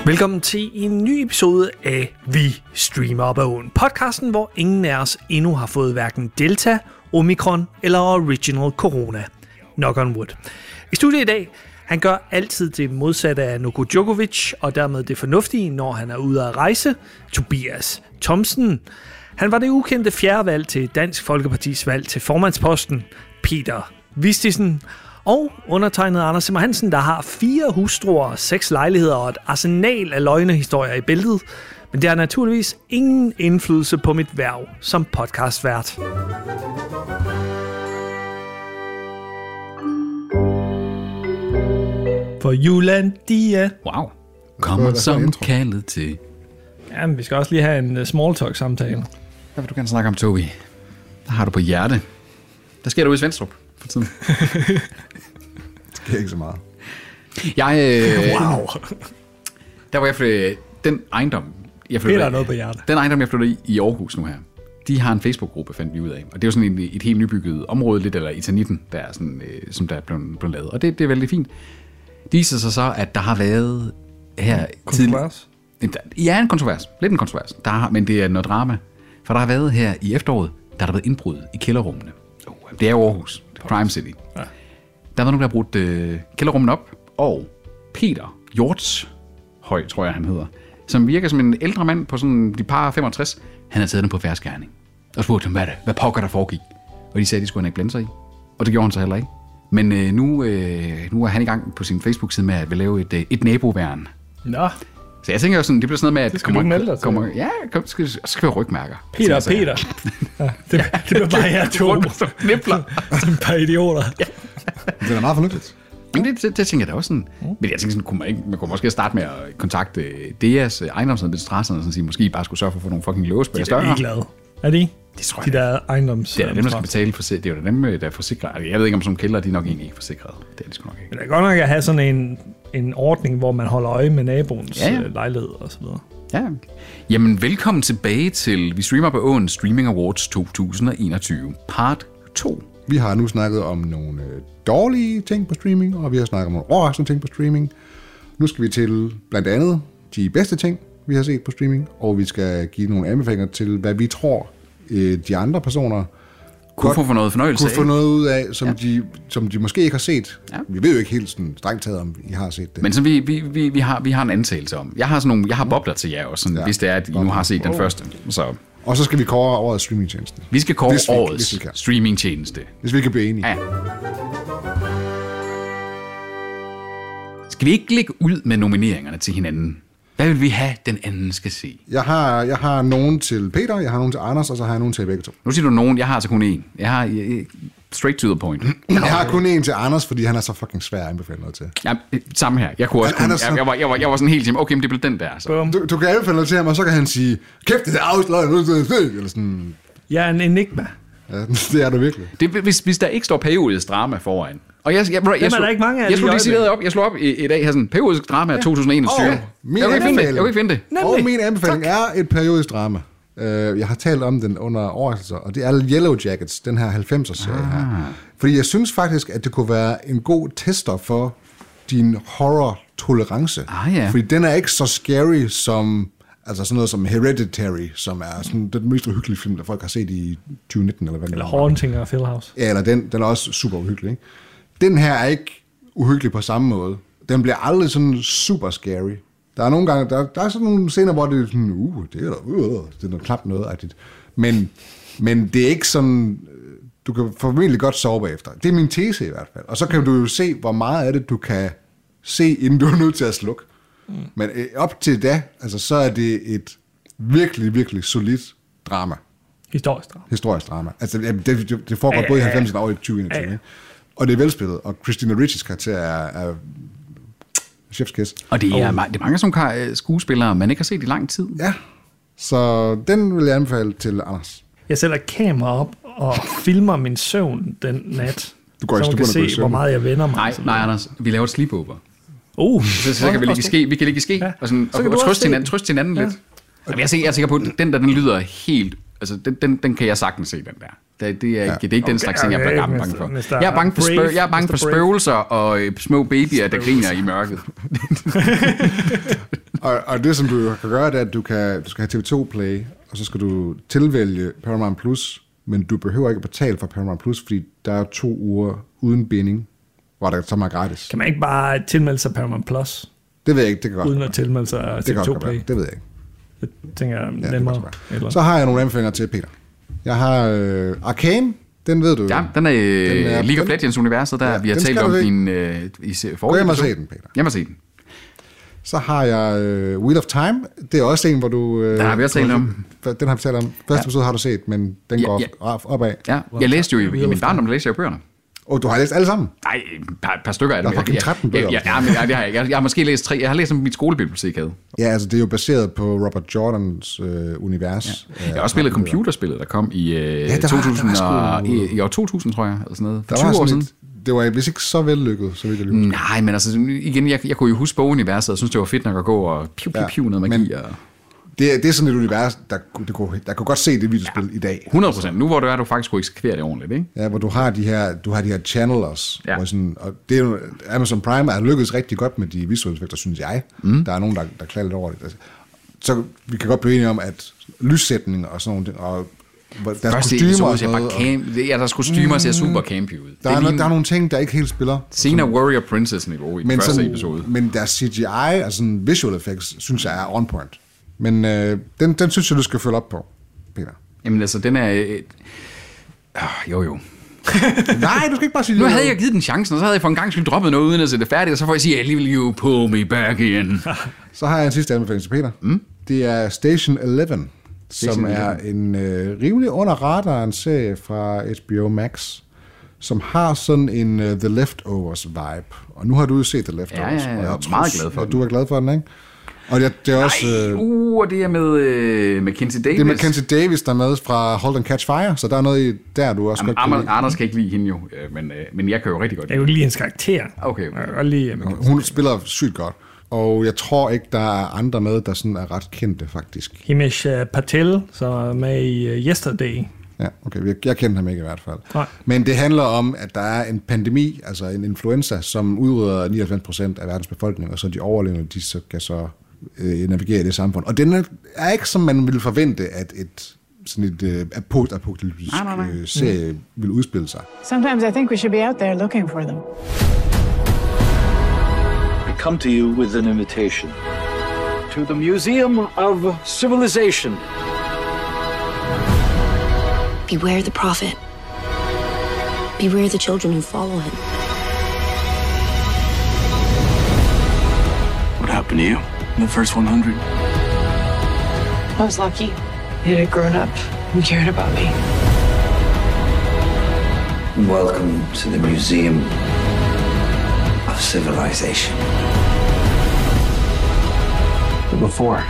Velkommen til en ny episode af Vi Streamer Op ad Åen. Podcasten, hvor ingen af os endnu har fået hverken Delta, Omicron eller Original Corona. Knock on wood. I studiet i dag, han gør altid det modsatte af Noko Djokovic, og dermed det fornuftige, når han er ude at rejse. Tobias Thomsen. Han var det ukendte fjerde valg til Dansk Folkepartis valg til formandsposten. Peter Vistisen. Og undertegnet Anders Simmer Hansen, der har 4 hustruer, 6 lejligheder og et arsenal af løgnehistorier i bæltet. Men det har naturligvis ingen indflydelse på mit hverv som podcastvært. For Julandia. Wow. Kommer som kaldet til. Jamen, vi skal også lige have en small talk samtale. Hvad vil du gerne snakke om, Tobi? Hvad har du på hjerte? Der sker du i Svendstrup for tiden. Det sker ikke så meget. Wow. Der var jeg flyttede, den ejendom, jeg flyttede, Peter er noget på hjerte. Den ejendom, jeg flyttede i Aarhus nu her, de har en Facebook-gruppe, fandt vi ud af. Og det er jo sådan et helt nybygget område, lidt eller Etanitten, der er sådan, som der er blevet lavet. Og det er vældig fint. Det viser sig så, at der har været her kontrovers? Ja, en kontrovers. Lidt en kontrovers. Men det er noget drama. For der har været her i efteråret, der har været indbrud i kælderrummene. Det er jo Aarhus. Crime City. Ja. Der var nogen, der har brudt kælderrummen op, og Peter Hjortshøj, tror jeg, han hedder, som virker som en ældre mand på sådan de par 65, han har taget den på færdsgerning. Og spurgte dem, hvad pokker der foregik. Og de sagde, at de skulle han ikke blande sig i. Og det gjorde han så heller ikke. Men nu er han i gang på sin Facebook-side med at vil lave et naboværn. Nå. Så jeg tænker jo sådan, det bliver sådan noget med, at det skal du melde dig til. Ja, skal være rygmærker. Peter. Ja, det bliver bare her to. Som knipler. Som et par idioter. Ja. Det er meget fornuftigt. Men det tænker jeg da også sådan. Men jeg tænker sådan, man kunne måske starte med at kontakte DEAs ejendomsadministratorer og sige, måske bare skulle sørge for at få nogle fucking lås på større. De er ligeglade. Er de? Det tror jeg. De der ejendoms. Det er dem, der skal betale for det. Det er jo dem, der forsikrer. Jeg ved ikke, om sådan nogle kælder, de er nok egentlig ikke forsikret. Det er de sgu nok ikke. Men det er godt nok at have sådan en ordning, hvor man holder øje med naboens lejlighed og så videre. Ja. Jamen, velkommen tilbage til Vi Streamer på Åen Streaming Awards 2021, part 2. Vi har nu snakket om nogle dårlige ting på streaming, og vi har snakket om nogle overraskende ting på streaming. Nu skal vi til blandt andet de bedste ting, vi har set på streaming, og vi skal give nogle anbefalinger til, hvad vi tror, de andre personer kunne få noget fornøjelse kunne få noget ud af, som de måske ikke har set. Ja. Vi ved jo ikke helt sådan strengt taget, om I har set det. Men så vi har en antagelse om. Jeg har bobler til jer også, sådan, hvis det er, at I nu har set den første. Så. Og så skal vi kåre årets streamingtjeneste. Vi skal kåre årets streamingtjeneste. Hvis vi kan blive enige. Ja. Skal vi ikke lægge ud med nomineringerne til hinanden? Hvad vil vi have, den anden skal se? Jeg har nogen til Peter, jeg har nogen til Anders, og så har jeg nogen til begge to. Nu siger du nogen, jeg har altså kun én. Jeg har straight to the point. Jeg har kun én til Anders, fordi han er så fucking svær at anbefale noget til. Ja, samme her. Jeg kunne også jeg var sådan helt okay, men det blev den der. Så. Du kan anbefale noget til ham, og så kan han sige, kæft, det er afsløret, eller sådan. Jeg er en enigma. Ja, det er du virkelig. Hvis der ikke står periodisk drama foran. Og jeg slog lige sige op. Jeg slog op i dag her sådan periodisk drama af 2021. Jeg kan ikke finde det. Og min anbefaling er et periodisk drama. Jeg har talt om den under overraskelser, og det er Yellow Jackets, den her 90'er-serie her. Fordi jeg synes faktisk, at det kunne være en god tester for din horror-tolerance. Fordi den er ikke så scary som altså sådan noget som Hereditary, som er sådan den mest uhyggelige film, der folk har set i 2019 eller hvad. Eller Haunting of Hill House. Ja, eller den er også super uhyggelig, ikke? Den her er ikke uhyggelig på samme måde. Den bliver aldrig sådan super scary. Der er nogle gange, der er sådan nogle scener, hvor det er sådan, det er noget knap noget-agtigt. Men det er ikke sådan, du kan formentlig godt sove bagefter. Det er min tese i hvert fald. Og så kan du jo se, hvor meget af det, du kan se, inden du er nødt til at slukke. Men op til da, altså, så er det et virkelig, virkelig solidt drama. Historisk drama. Altså, det foregår både i 90'erne og i 2021. Og det er velspillet, og Christina Ricci's karakter er chef's kiss. Og det er mange som skuespillere, man ikke har set i lang tid. Ja, så den vil jeg anbefale til Anders. Jeg sætter kamera op og filmer min søvn den nat, så man kan se, hvor meget jeg vender mig. Nej, Anders, vi laver et sleepover. Så kan vi ligge i ske, og trøste hinanden lidt. Jeg er sikker på, at den lyder helt. Altså, den kan jeg sagtens se, den der. Det er ikke den slags ting, jeg bliver bange for. Jeg er bange for spøgelser og små babyer, der griner i mørket. og det, som du kan gøre, det er, at du skal have TV2 Play, og så skal du tilvælge Paramount Plus, men du behøver ikke betale for Paramount Plus, fordi der er 2 uger uden binding, hvor der så er gratis. Kan man ikke bare tilmelde sig Paramount Plus? Det ved jeg ikke, det kan godt. Uden at tilmelde sig TV2 Play? Det ved jeg ikke. Det tænker jeg nemmere. Så har jeg nogle anbefalinger til Peter. Jeg har Arcane, den ved du. Ja, den er League of Legends-universet, der vi har talt om din i forrige. Jeg må se den, Peter. Jeg må se den. Så har jeg Wheel of Time. Det er også en, hvor du... Den har vi også talt om. Den har vi talt om. Første episode har du set, men den går opad. Ja, jeg læste jo i min barndom, læste jeg bøgerne. Og du har læst alle sammen? Nej, et par stykker af dem. Der er fucking 13 bøger. Jeg har måske læst 3. Jeg har læst om mit skolebibliotek havde. Ja, altså det er jo baseret på Robert Jordans univers. Ja. Jeg har også spillet computerspillet, der kom i 2000, tror jeg, eller sådan noget. For 20 år siden. Det var vist ikke så vellykket, så vidt jeg lige husker. Nej, men altså igen, jeg kunne jo huske boguniverset, og synes, det var fedt nok at gå og piu noget magi. Det er sådan et univers, der kunne godt se det videospil i dag. 100%. Nu hvor du faktisk kunne eksekvere det ordentligt, ikke? Ja, hvor du har de her channelers. Ja. Sådan, og det er jo, Amazon Prime er lykkedes rigtig godt med de visuelle effekter, synes jeg. Der er nogen, der klager lidt over det. Så vi kan godt blive enige om, at lyssætning og sådan noget, og der deres kostymer ser super campy ud. Der er nogle ting, der ikke helt spiller. Senere Warrior Princess-niveau i den første episode. Men deres CGI, altså visual effects, synes jeg er on point. Men den synes jeg, du skal følge op på, Peter. Jamen altså, den er... Jo. Nej, du skal ikke bare sige... Nu havde jeg givet den chancen, og så havde jeg for en gang skyld droppet noget, uden at se det færdigt, og så får jeg sige, alligevel you pull me back in. Så har jeg en sidste anbefaling til Peter. Det er Station 11, som er en rimelig under radaren serie fra HBO Max, som har sådan en The Leftovers vibe. Og nu har du jo set The Leftovers. Ja, jeg er meget glad for den. Du er glad for den, ikke? Og det er også... og det er med Mackenzie Davis. Det er Mackenzie Davis, der er med fra Halt and Catch Fire, så der er noget i der, du også godt kan lide. Anders kan ikke lide hende jo, men jeg kan jo rigtig godt lide. Jeg kan jo lide hendes karakter. Okay. Hun spiller sygt godt. Og jeg tror ikke, der er andre med, der sådan er ret kendte, faktisk. Himesh Patel, som er med i Yesterday. Ja, okay. Jeg kender ham ikke i hvert fald. Nej. Men det handler om, at der er en pandemi, altså en influenza, som udrydder 99% af verdens befolkning, og så de overlevende, de så kan så navigere i det samfund. Og den er ikke, som man ville forvente, at sådan et post-apokalyptisk serie vil udspille sig. Sometimes I think we should be out there looking for them. I come to you with an invitation to the Museum of Civilization. Beware the prophet. Beware the children who follow him. What happened to you in the first 100? I was lucky. It had grown up and cared about me. Welcome to the Museum of Civilization. But before,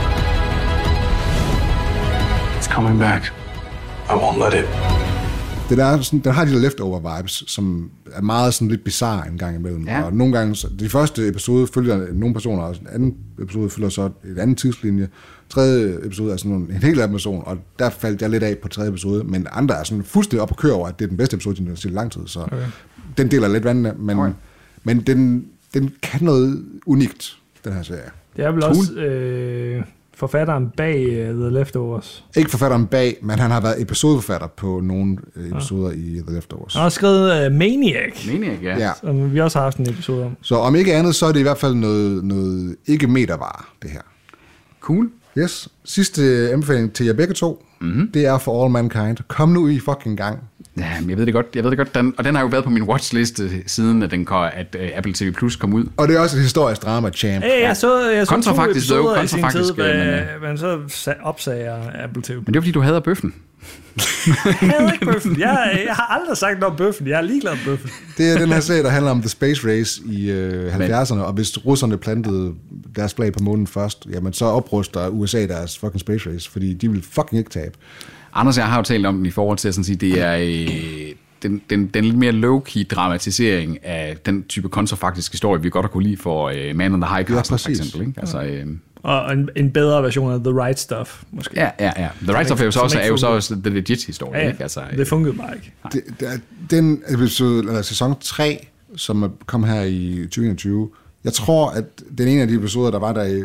it's coming back. I won't let it. Den har de der leftover vibes, som er meget sådan lidt bizarre en gang imellem. Ja. Og nogle gange, de første episode følger nogle personer, og den anden episode følger så et andet tidslinje. Tredje episode er sådan en helt anden person, og der faldt jeg lidt af på tredje episode, men andre er sådan fuldstændig op at køre over, at det er den bedste episode, de har set i lang tid, så den deler lidt vandene, men den kan noget unikt, den her serie. Det er vel også forfatteren bag The Leftovers. Ikke forfatteren bag, men han har været episodeforfatter på nogle episoder i The Leftovers. Han har skrevet Maniac. Maniac, ja. Som vi også har haft en episode om. Så om ikke andet, så er det i hvert fald noget ikke metervare, det her. Cool. Yes. Sidste anbefaling til jer begge to, det er For All Mankind. Kom nu i fucking gang. Ja, jeg ved det godt. Den har jo været på min watchliste siden, at Apple TV Plus kom ud. Og det er også et historisk drama, champ. Jeg så kontrafaktisk, to episoder i sin tid, men så opsagde jeg Apple TV. Men det var, fordi du hader bøffen. Jeg hader ikke bøffen. Jeg har aldrig sagt noget om bøffen. Jeg er ligeglad med bøffen. Det er den her serie, der handler om The Space Race i 70'erne, og hvis russerne plantede deres flag på månen først, jamen så opruster USA deres fucking Space Race, fordi de vil fucking ikke tabe. Anders, jeg har jo talt om den i forhold til at sådan sige, det er den lidt mere low-key dramatisering af den type kontrafaktisk historie, vi godt har kunne lide for Man on the High Castle, for eksempel. Ikke? Altså, og en bedre version af The Right Stuff, måske. Ja. The Right Stuff er jo så også the legit historie. Ja, ikke? Altså, det fungerede bare ikke. Den episode, eller sæson 3, som kom her i 2021, jeg tror, at den ene af de episoder, der var der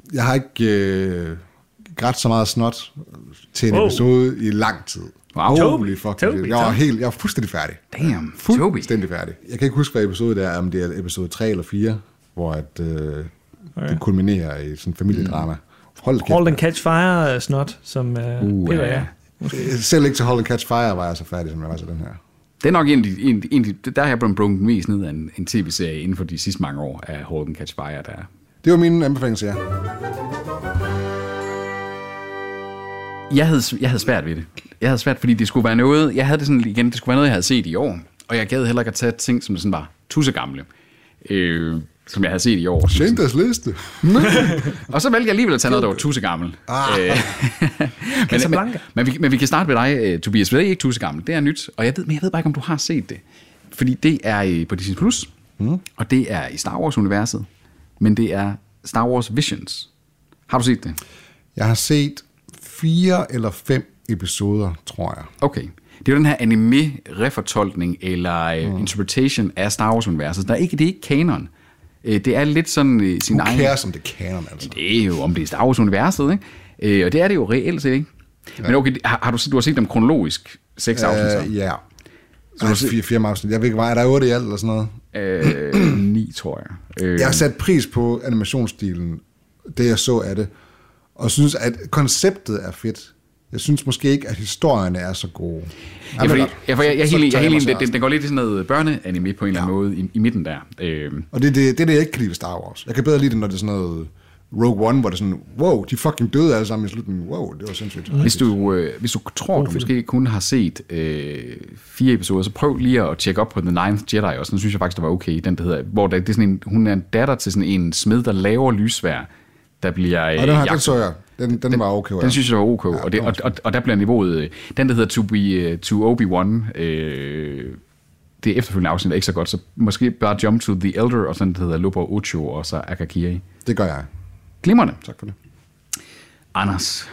Jeg har ikke grædt så meget snot til en episode i lang tid. Wow. Holy fucking. Jeg var fuldstændig færdig. Damn, fuldstændig færdig. Jeg kan ikke huske, hvad episode det er, om det er episode 3 eller 4, hvor det kulminerer i sådan en familiedrama. Hold and Catch Fire snot, som Peter er. Selv ikke til Hold and Catch Fire var jeg så færdig, som jeg var til den her. Det er nok en der har jeg blevet brunket mest ned af en tv-serie inden for de sidste mange år af Hold and Catch Fire, der. Det var mine anbefalinger til jer. Jeg havde svært ved det. Jeg havde svært, fordi det skulle være noget, jeg havde det sådan igen, det skulle være noget, jeg havde set i år. Og jeg gad heller ikke at tage ting, som sådan var tussegamle, som jeg havde set i år. Schindlers liste. Og så valgte jeg alligevel at tage noget, der var tussegammel. Men vi kan starte med dig, Tobias. Det er ikke tussegammel, det er nyt. Og jeg ved bare ikke, om du har set det. Fordi det er på Disney+, og det er i Star Wars-universet. Men det er Star Wars Visions. Har du set det? Jeg har set 4 eller 5 episoder, tror jeg. Okay. Det er jo den her anime-refortolkning eller interpretation af Star Wars-universet. Det er ikke kanon. Det er lidt sådan sin egen... Who cares, om det er kanon, altså? Det er jo, om det er Star Wars-universet, ikke? Og det er det jo reelt set, ikke? Ja. Men okay, du har set dem kronologisk? 6 afsnit? Ja. Så du 4 afsnit. Jeg ved ikke, er der 8 i alt eller sådan noget? 9, tror jeg. Jeg har sat pris på animationsstilen, det jeg så af det, og synes, at konceptet er fedt. Jeg synes måske ikke, at historierne er så gode. Jeg er helt enig. Den går lidt i sådan noget børneanime på en eller anden måde i midten der. Og det er det, jeg ikke kan lide ved Star Wars. Jeg kan bedre lide det, når det er sådan noget Rogue One, hvor det er sådan, wow, de fucking døde alle sammen i slutningen. Wow, det var sindssygt. Hvis du tror, du måske kun har set 4 episoder, så prøv lige at tjekke op på The Ninth Jedi, og sådan synes jeg faktisk, det var okay. Den, der hedder, hvor det er sådan en, hun er en datter til sådan en smed, der laver lysvær, der bliver den så jeg. Den var okay. Den synes jeg var okay, ja, og der bliver niveauet... Den, der hedder To Obi-Wan, det efterfølgende afsnit er ikke så godt, så måske bare jump to The Elder, og sådan, der hedder Lobo Ocho, og så Akakiri. Det gør jeg. Glimrende. Tak for det. Anders.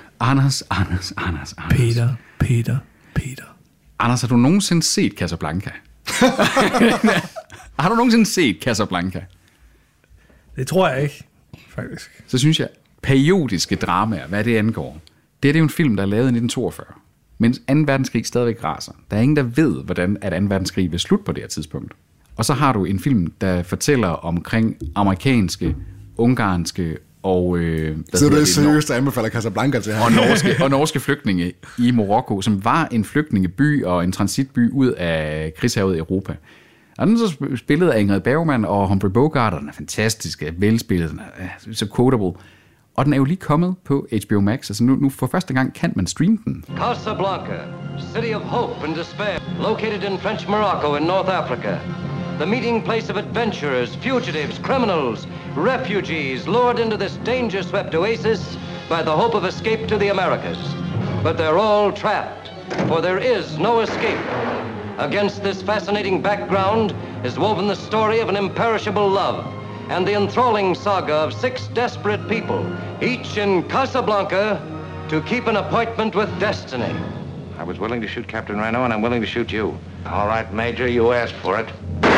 Peter. Anders, har du nogensinde set Casablanca? Har du nogensinde set Casablanca? Det tror jeg ikke, faktisk. Så synes jeg, periodiske dramaer, hvad det angår, det er jo en film, der er lavet i 1942, mens 2. verdenskrig stadigvæk raser. Der er ingen, der ved, hvordan at 2. verdenskrig vil slutte på det her tidspunkt. Og så har du en film, der fortæller omkring amerikanske, ungarske og... så det er seriøst, der anbefaler Casablanca til her. Og norske flygtninge i Marokko, som var en flygtningeby og en transitby ud af krigshavet Europa. Og den er så spillet af Ingrid Bergman og Humphrey Bogart, og den er fantastisk, velspillet, den er så quotable. Og den er jo lige kommet på HBO Max, altså nu for første gang kan man streame den. Casablanca, city of hope and despair, located in French Morocco in North Africa. The meeting place of adventurers, fugitives, criminals, refugees lured into this danger-swept oasis by the hope of escape to the Americas. But they're all trapped, for there is no escape. Against this fascinating background is woven the story of an imperishable love and the enthralling saga of 6 desperate people, each in Casablanca, to keep an appointment with destiny. I was willing to shoot Captain Reno, and I'm willing to shoot you. All right, Major, you asked for it.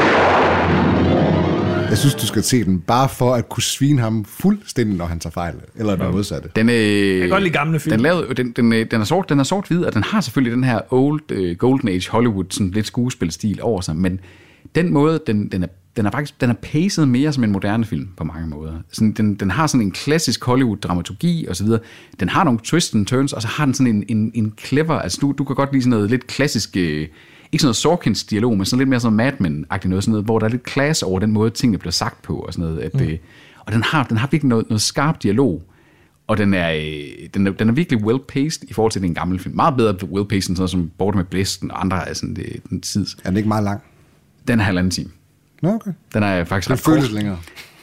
Jeg synes, du skal se den, bare for at kunne svine ham fuldstændig, når han tager fejl, eller det modsatte. Jeg kan godt lide gamle film. Den er sort-hvid, og den har selvfølgelig den her Golden Age Hollywood, sådan lidt skuespilstil over sig, men den måde, den er paced mere som en moderne film på mange måder. Sådan, den har sådan en klassisk Hollywood-dramaturgi og så videre. Den har nogle twists and turns, og så har den sådan en clever, altså du kan godt lide sådan noget lidt klassisk, ikke sådan noget Sorkins dialog, men sådan lidt mere sådan Mad Men-agtigt noget, sådan noget, hvor der er lidt class over den måde, tingene bliver sagt på og sådan noget. Og den har virkelig noget skarp dialog, og den er virkelig well-paced i forhold til den gamle film. Meget bedre well-paced end sådan noget som Borte med Blæsten og andre af sådan den tid. Er den ikke meget lang? Den er 1,5 time. Nå, okay. Den er faktisk ret kort. Det føles længere.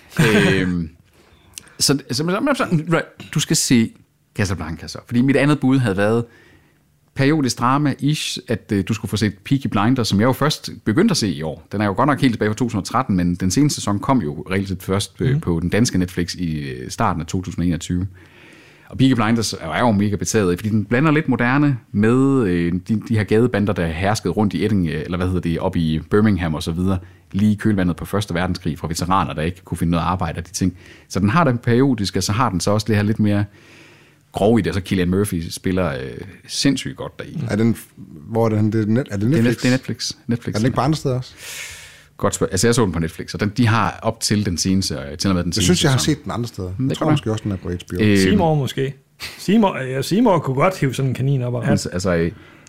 Så du skal se Casablanca så. Fordi mit andet bud havde været periodisk drama-ish, at du skulle få set Peaky Blinders, som jeg jo først begyndte at se i år. Den er jo godt nok helt tilbage fra 2013, men den seneste sæson kom jo reelt først på den danske Netflix i starten af 2021. Og Peaky Blinders er jo mega betaget, fordi den blander lidt moderne med de her gadebander, der herskede rundt i Edding, eller hvad hedder det, op i Birmingham og så videre, lige i kølvandet på Første Verdenskrig fra veteraner, der ikke kunne finde noget arbejde af de ting. Så den har den periodiske, så har den så også det her lidt mere grov i det, så Cillian Murphy spiller sindssygt godt deri. Er den, hvor er det? Er det Netflix? Det er Netflix. Er den ikke på andre steder også? Godt spørgsmål. Altså jeg så den på Netflix, og de har op til den seneste, til og med den seneste. Jeg synes, jeg har set den andre steder. Jeg tror måske også, den er på HBO. Seymour måske. Seymour kunne godt hive sådan en kanin op. Altså,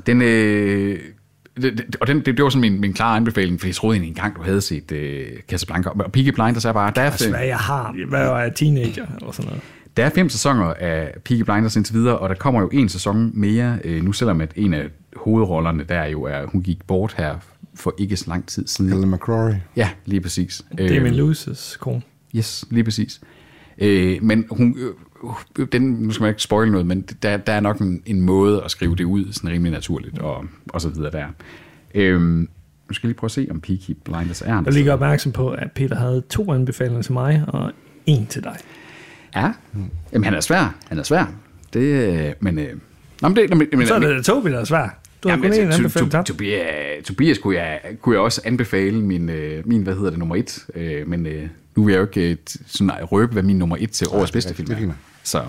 det var sådan min klare anbefaling, for jeg troede egentlig engang, du havde set Casablanca. Og Peaky Blinders er bare... Hvad jeg har. Hvad er teenager eller sådan noget. Der er 5 sæsoner af Peaky Blinders indtil videre, og der kommer jo 1 sæson mere, nu selvom at en af hovedrollerne der jo er, hun gik bort her for ikke så lang tid siden. Ellen McCrory. Ja, lige præcis. Damien Lewis' kone. Yes, lige præcis. Men hun... nu skal man ikke spoile noget, men der er nok en måde at skrive det ud, sådan rimelig naturligt, og så videre der. Nu skal jeg lige prøve at se, om Peaky Blinders er. Jeg ligger opmærksom på, at Peter havde 2 anbefalinger til mig, og 1 til dig. Ja, jamen han er svær. Det, men... så er det Tobi, der er svær. Du har kun en anbefaling til. Tobias kunne jeg også anbefale min hvad hedder det, nummer 1, men nu vil jeg jo ikke sådan røbe, hvad min nummer 1 til årets bedste film er. Så.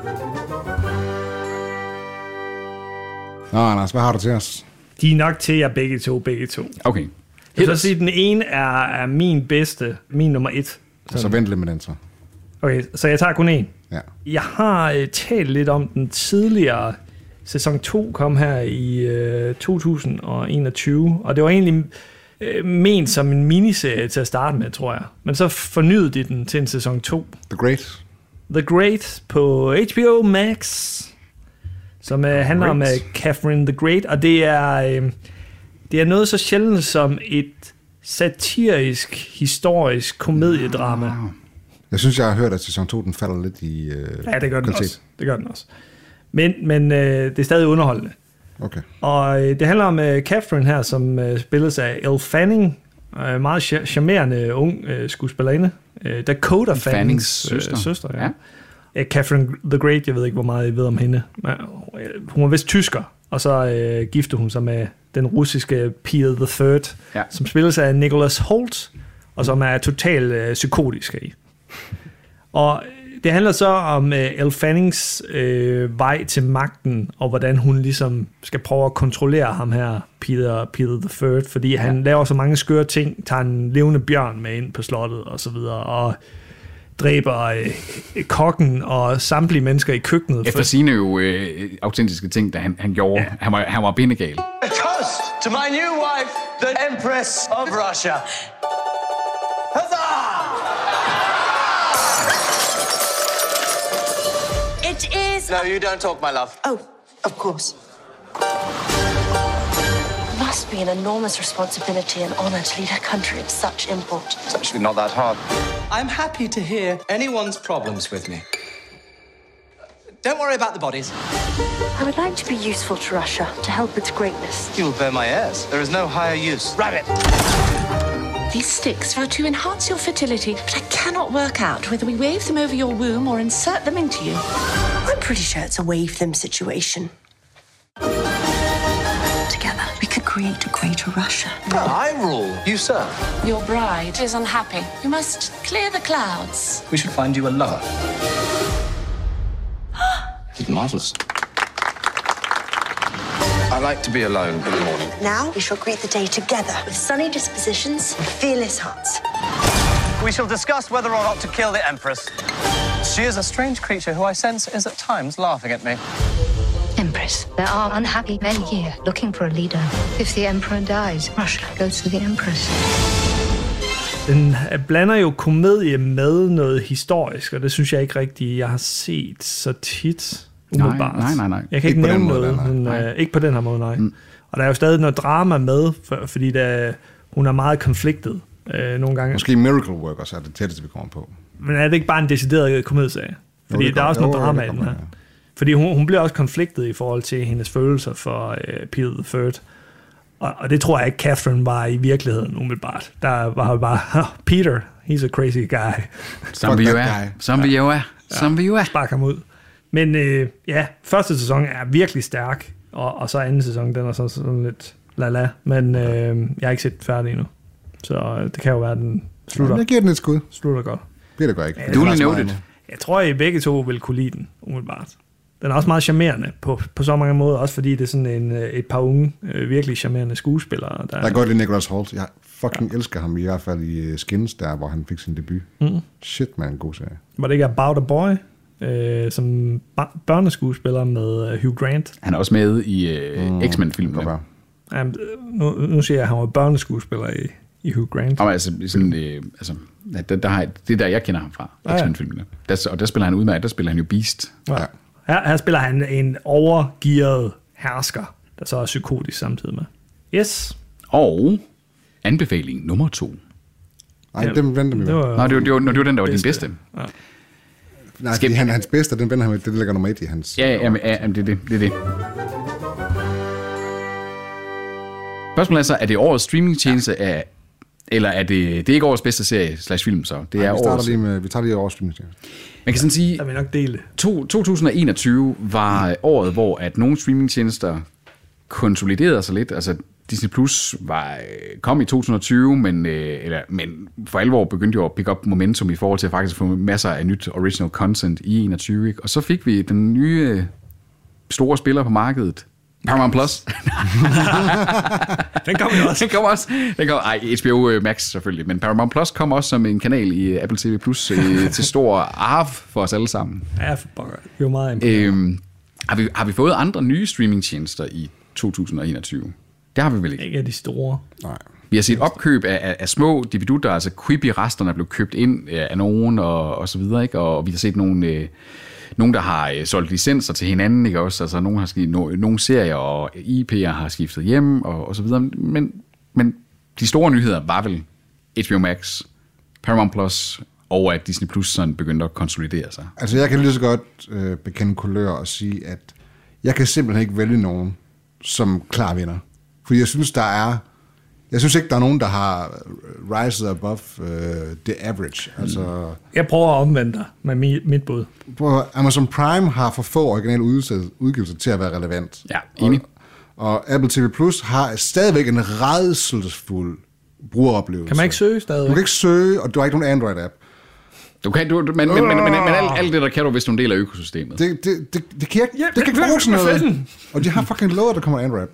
Nå, Anders, hvad har du til os? De er nok til jer begge to. Okay. Jeg vil så sige, at den ene er min nummer 1. Så vent lidt med den så. Okay, så jeg tager kun en. Ja. Jeg har talt lidt om den tidligere. Sæson 2 kom her i 2021, og det var egentlig ment som en miniserie til at starte med, tror jeg. Men så fornyede de den til en sæson 2. The Great på HBO Max, som handler om Catherine the Great, og det er noget så sjældent som et satirisk, historisk komediedrama. Wow. Jeg synes, jeg har hørt, at sæson 2 den falder lidt i ja, det gør den også. Det gør den også. Men det er stadig underholdende. Okay. Og det handler om Catherine her, som spilles af Elle Fanning, meget charmerende ung skuespillerinde. Dakota Fannings søster. Ja. Catherine the Great, jeg ved ikke, hvor meget I ved om hende. Hun var vist tysker, og så gifte hun sig med den russiske Peter the Third, som spilles af Nicholas Hoult, og som er totalt psykotisk i. Og det handler så om Elle Fannings vej til magten, og hvordan hun ligesom skal prøve at kontrollere ham her, Peter the Third, fordi han laver så mange skøre ting, tager en levende bjørn med ind på slottet og så videre, og dræber kokken og samtlige mennesker i køkkenet. Efter sine jo autentiske ting, da han gjorde. Ja. Han var bindegal. A toast to my new wife, the Empress of Russia. Huzzah! It is... No, you don't talk, my love. Oh, of course. It must be an enormous responsibility and honor to lead a country of such import. It's actually not that hard. I'm happy to hear anyone's problems with me. Don't worry about the bodies. I would like to be useful to Russia, to help its greatness. You'll bear my heirs. There is no higher use. Rabbit! These sticks are to enhance your fertility, but I cannot work out whether we wave them over your womb or insert them into you. I'm pretty sure it's a wave them situation. Together, we could create a greater Russia. No, I rule. You serve. Your bride is unhappy. You must clear the clouds. We should find you a lover. It's marvelous. I like to be alone in the morning. Now we shall greet the day together with sunny dispositions and fearless hearts. We shall discuss whether or not to kill the Empress. She is a strange creature who I sense is at times laughing at me. Empress, there are unhappy men here looking for a leader. If the Emperor dies, Russia goes to the Empress. Den blander jo komedie med noget historisk, og det synes jeg ikke rigtigt, jeg har set så tit. Umiddelbart. Nej. Jeg kan ikke nævne noget. Ikke på den her måde, nej. Og der er jo stadig noget drama med, fordi hun er meget konfliktet nogle gange. Måske Miracle Workers er det tætteste, vi kommer på. Men er det ikke bare en decideret komedieserie? Fordi der er også noget drama i den her. Fordi hun bliver også konfliktet i forhold til hendes følelser for Peter the Third. Og det tror jeg ikke, Catherine var i virkeligheden umiddelbart. Der var jo bare, Peter, he's a crazy guy. Som vi jo er. Spark ham ud. Men ja, første sæson er virkelig stærk, og så anden sæson, den er sådan lidt la-la, men jeg har ikke set færdig endnu. Så det kan jo være, at den slutter. Jeg giver den et skud. Slutter godt. Det gør ikke. Duly noted. Jeg tror, I begge to vil kunne lide den, umiddelbart. Den er også meget charmerende på så mange måder, også fordi det er sådan et par unge, virkelig charmerende skuespillere. Der er godt i Nicholas Hoult. Jeg fucking elsker ham, i hvert fald i Skins, der hvor han fik sin debut. Shit, man, en god serie. Var det ikke About a Boy, som børneskuespiller med Hugh Grant? Han er også med i X-Men-filmen. Nu siger jeg, at han var børneskuespiller i Hugh Grant. Og altså, sådan, det er der, jeg kender ham fra, X-Men-filmene. Og der spiller han udmærket, der spiller han jo Beast. Ja. Her spiller han en overgearet hersker, der så er psykotisk samtidig med. Yes. Og anbefaling nummer 2. Nej, den venter vi med. Det var den, der var din bedste. Ja. Nej, hans bedste, den venter han med. Det ligger nummer 1 i hans... Ja, det er det. Spørgsmålet er så, er det årets streamingtjeneste eller er det ikke årets bedste serie /film så? Det er vi tager lige årets streamingtjeneste. Man kan sådan sige, der vil nok dele. 2021 var året, hvor at nogle streamingtjenester konsoliderede sig lidt. Altså Disney Plus kom i 2020, men for alvor begyndte jo at pick up momentum i forhold til at faktisk få masser af nyt original content i 21. Ikke? Og så fik vi den nye store spiller på markedet, Paramount Plus. Den kom jo også. HBO Max selvfølgelig, men Paramount Plus kom også som en kanal i Apple TV Plus til stor arv for os alle sammen. Ja, det er jo meget imponerende. Har vi fået andre nye streamingtjenester i 2021? Det har vi vel ikke. Ikke af de store. Nej. Vi har set opkøb af små dividutter, altså Quibi-resterne er blevet købt ind af nogen og så videre, ikke? Og vi har set nogen, der har solgt licenser til hinanden, ikke også? Altså nogen har nogle serier og IP'er har skiftet hjem og så videre. Men de store nyheder var vel HBO Max, Paramount Plus og at Disney Plus sådan begyndte at konsolidere sig. Altså jeg kan lige så godt bekende kulør og sige, at jeg kan simpelthen ikke vælge nogen som klar vinder. Fordi jeg synes ikke, der er nogen, der har rised above the average. Altså, jeg prøver at omvende dig med mit bud. Amazon Prime har for få originale udgivelser til at være relevant. Ja, enig. Og Apple TV Plus har stadigvæk en rædselsfuld brugeroplevelse. Kan man ikke søge stadigvæk? Du kan ikke søge, og du har ikke nogen Android-app. Men alt det der kan du, hvis du er en del af økosystemet. Det kan ikke bruge sådan noget. Og de har fucking lovet, at der kommer Android.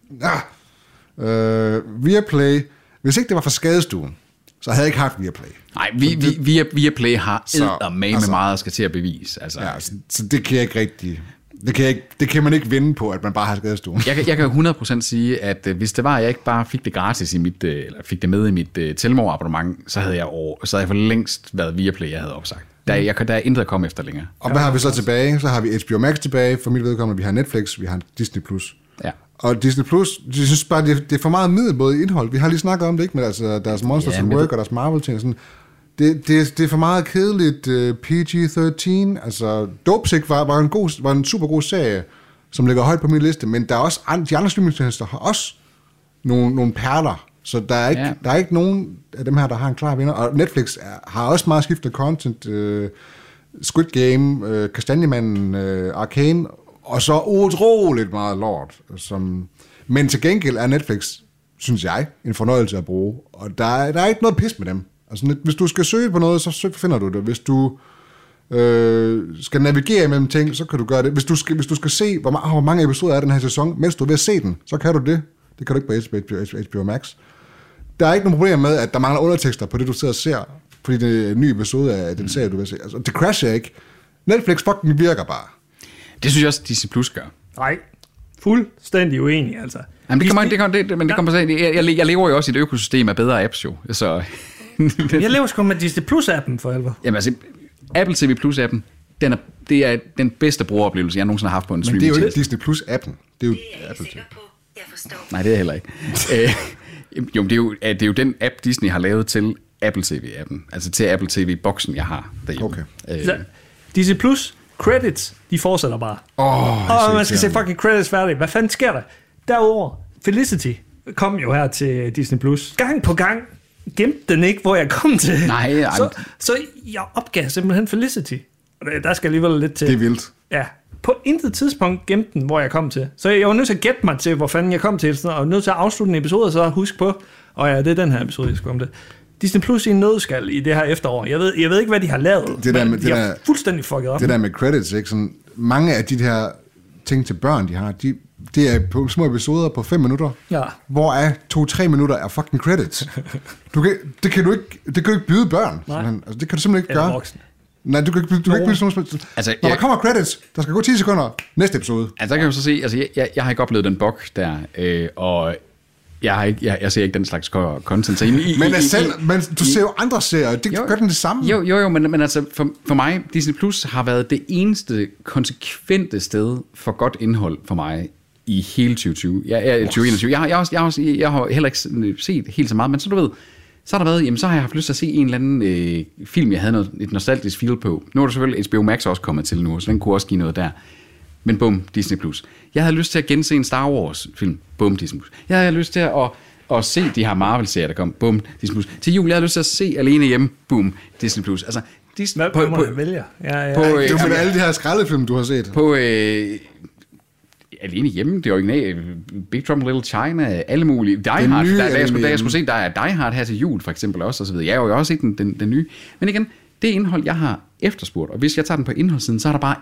Viaplay, hvis ikke det var for skadestuen, så havde jeg ikke haft Viaplay. Nej, Viaplay har med meget at skal til at bevise. Altså. Ja, så det kan jeg ikke rigtig... Det kan man ikke vinde på, at man bare har skadestuen. Jeg kan 100% sige, at hvis det var, at jeg ikke bare fik det gratis i mit, eller fik det med i mit Telmore-abonnement, så havde jeg for længst været Viaplay, jeg havde opsagt. Der er intet at komme efter længere. Og hvad har vi så tilbage? Så har vi HBO Max tilbage. For mit vedkommende, vi har Netflix, vi har Disney Plus. Ja. Og Disney Plus, de synes bare, det er for meget middelmådigt indhold. Vi har lige snakket om det, ikke? Med altså, deres Monsters at Work og deres Marvel-ting. Sådan. Det er for meget kedeligt PG-13. Altså, Dopesick var en super god serie, som ligger højt på min liste, men der er også de andre streamingtjenester har også nogle perler. Så der er ikke nogen af dem her, der har en klar vinder. Og Netflix har også meget skiftende content. Squid Game, Kastanjemanden, Arcane, og så utroligt meget lort. Men til gengæld er Netflix, synes jeg, en fornøjelse at bruge. Og der er ikke noget pis med dem. Altså, hvis du skal søge på noget, så finder du det. Hvis du skal navigere imellem ting, så kan du gøre det. Hvis du skal se, hvor mange episoder er den her sæson, mens du er ved at se den, så kan du det. Det kan du ikke på HBO Max. Der er ikke nogen problem med, at der mangler undertekster på det, du sidder og ser, fordi det er en ny episode af den serie, du vil se. Altså, det crasher ikke. Netflix fucking virker bare. Det synes jeg også, Disney Plus gør. Nej, fuldstændig uenig, altså. Jamen, det kommer på jeg lever jo også i et økosystem af bedre apps, jo. Så... jeg lever sgu med Disney Plus-appen for alvor. Jamen altså, Apple TV Plus-appen, det er den bedste brugeroplevelse, jeg nogensinde har haft på en streaming. Men det er jo ikke Disney Plus-appen. Det er jo Apple TV. Nej, det er heller ikke. Jo, det er jo den app, Disney har lavet til Apple TV-appen. Altså til Apple TV-boksen, jeg har derhjemme. Okay. Disney Plus credits, de fortsætter bare. Man skal se fucking credits færdigt. Hvad fanden sker der? Derudover, Felicity kom jo her til Disney Plus. Gang på gang gemte den ikke, hvor jeg kom til. Nej, så jeg opgav simpelthen Felicity. Og der skal alligevel lidt til. Det er vildt. Ja, på intet tidspunkt gemte den, hvor jeg kom til. Så jeg var nødt til at gætte mig til, hvor fanden jeg kom til, og nødt til at afslutte en episode, og så huske på, ja, det er den her episode, jeg skal komme til. Disney Plus i en nødskal i det her efterår. Jeg ved ikke, hvad de har lavet, de har fuldstændig fucket op. Det der med credits, ikke? Sådan, mange af de her ting til børn, de har, det er på små episoder på 5 minutter, hvor 2-3 minutter er fucking credits. Det kan du ikke byde børn. Altså, det kan du simpelthen ikke gøre. Voksen. Nej, du kan ikke byde sådan noget. Altså, når der kommer credits, der skal gå 10 sekunder, næste episode. Altså, der kan du så se, altså, jeg har ikke oplevet den bug der, og jeg ser ikke den slags content. Men du ser jo andre serier, det gør den det samme. Jo, men altså, for mig, Disney Plus har været det eneste konsekvente sted for godt indhold for mig i hele 2020. 2021. Jeg har heller ikke set helt så meget, men så du ved, så har der været, jamen så har jeg haft lyst til at se en eller anden film, jeg havde et nostalgisk feel på. Nu er der selvfølgelig HBO Max også kommet til nu, så den kunne også give noget der. Men bum, Disney Plus. Jeg havde lyst til at gense en Star Wars film. Bum, Disney Plus. Jeg havde lyst til at se de her Marvel-serier, der kom. Bum, Disney Plus. Til jul, jeg havde lyst til at se Alene Hjemme. Bum, Disney Plus. Altså, hvad må jeg vælge? Det er alle de her skraldefilm, du har set. På Alene Hjemme, det originale, Big Trouble in Little China, alle mulige. Die Hard, da jeg skulle se, der er Die Hard her til jul, for eksempel også, og så videre. Jeg har jo også set den nye. Men igen, det indhold, jeg har efterspurgt, og hvis jeg tager den på indholdssiden, så er der bare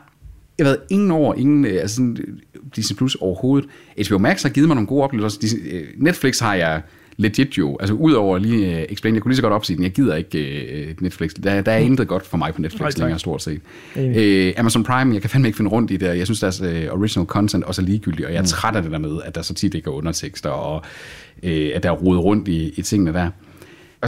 ingen Disney Plus overhovedet. HBO Max har givet mig nogle gode oplevelser. Netflix har jeg legit jo, altså udover lige Explain, jeg kunne lige så godt opsige den, jeg gider ikke Netflix. Der er intet godt for mig på Netflix længere, stort set. Amazon Prime, jeg kan fandme ikke finde rundt i det, jeg synes deres original content også er ligegyldigt, og jeg er træt af det der med, at der så tit ikke er undertekster, og at der er rodet rundt i tingene der. Og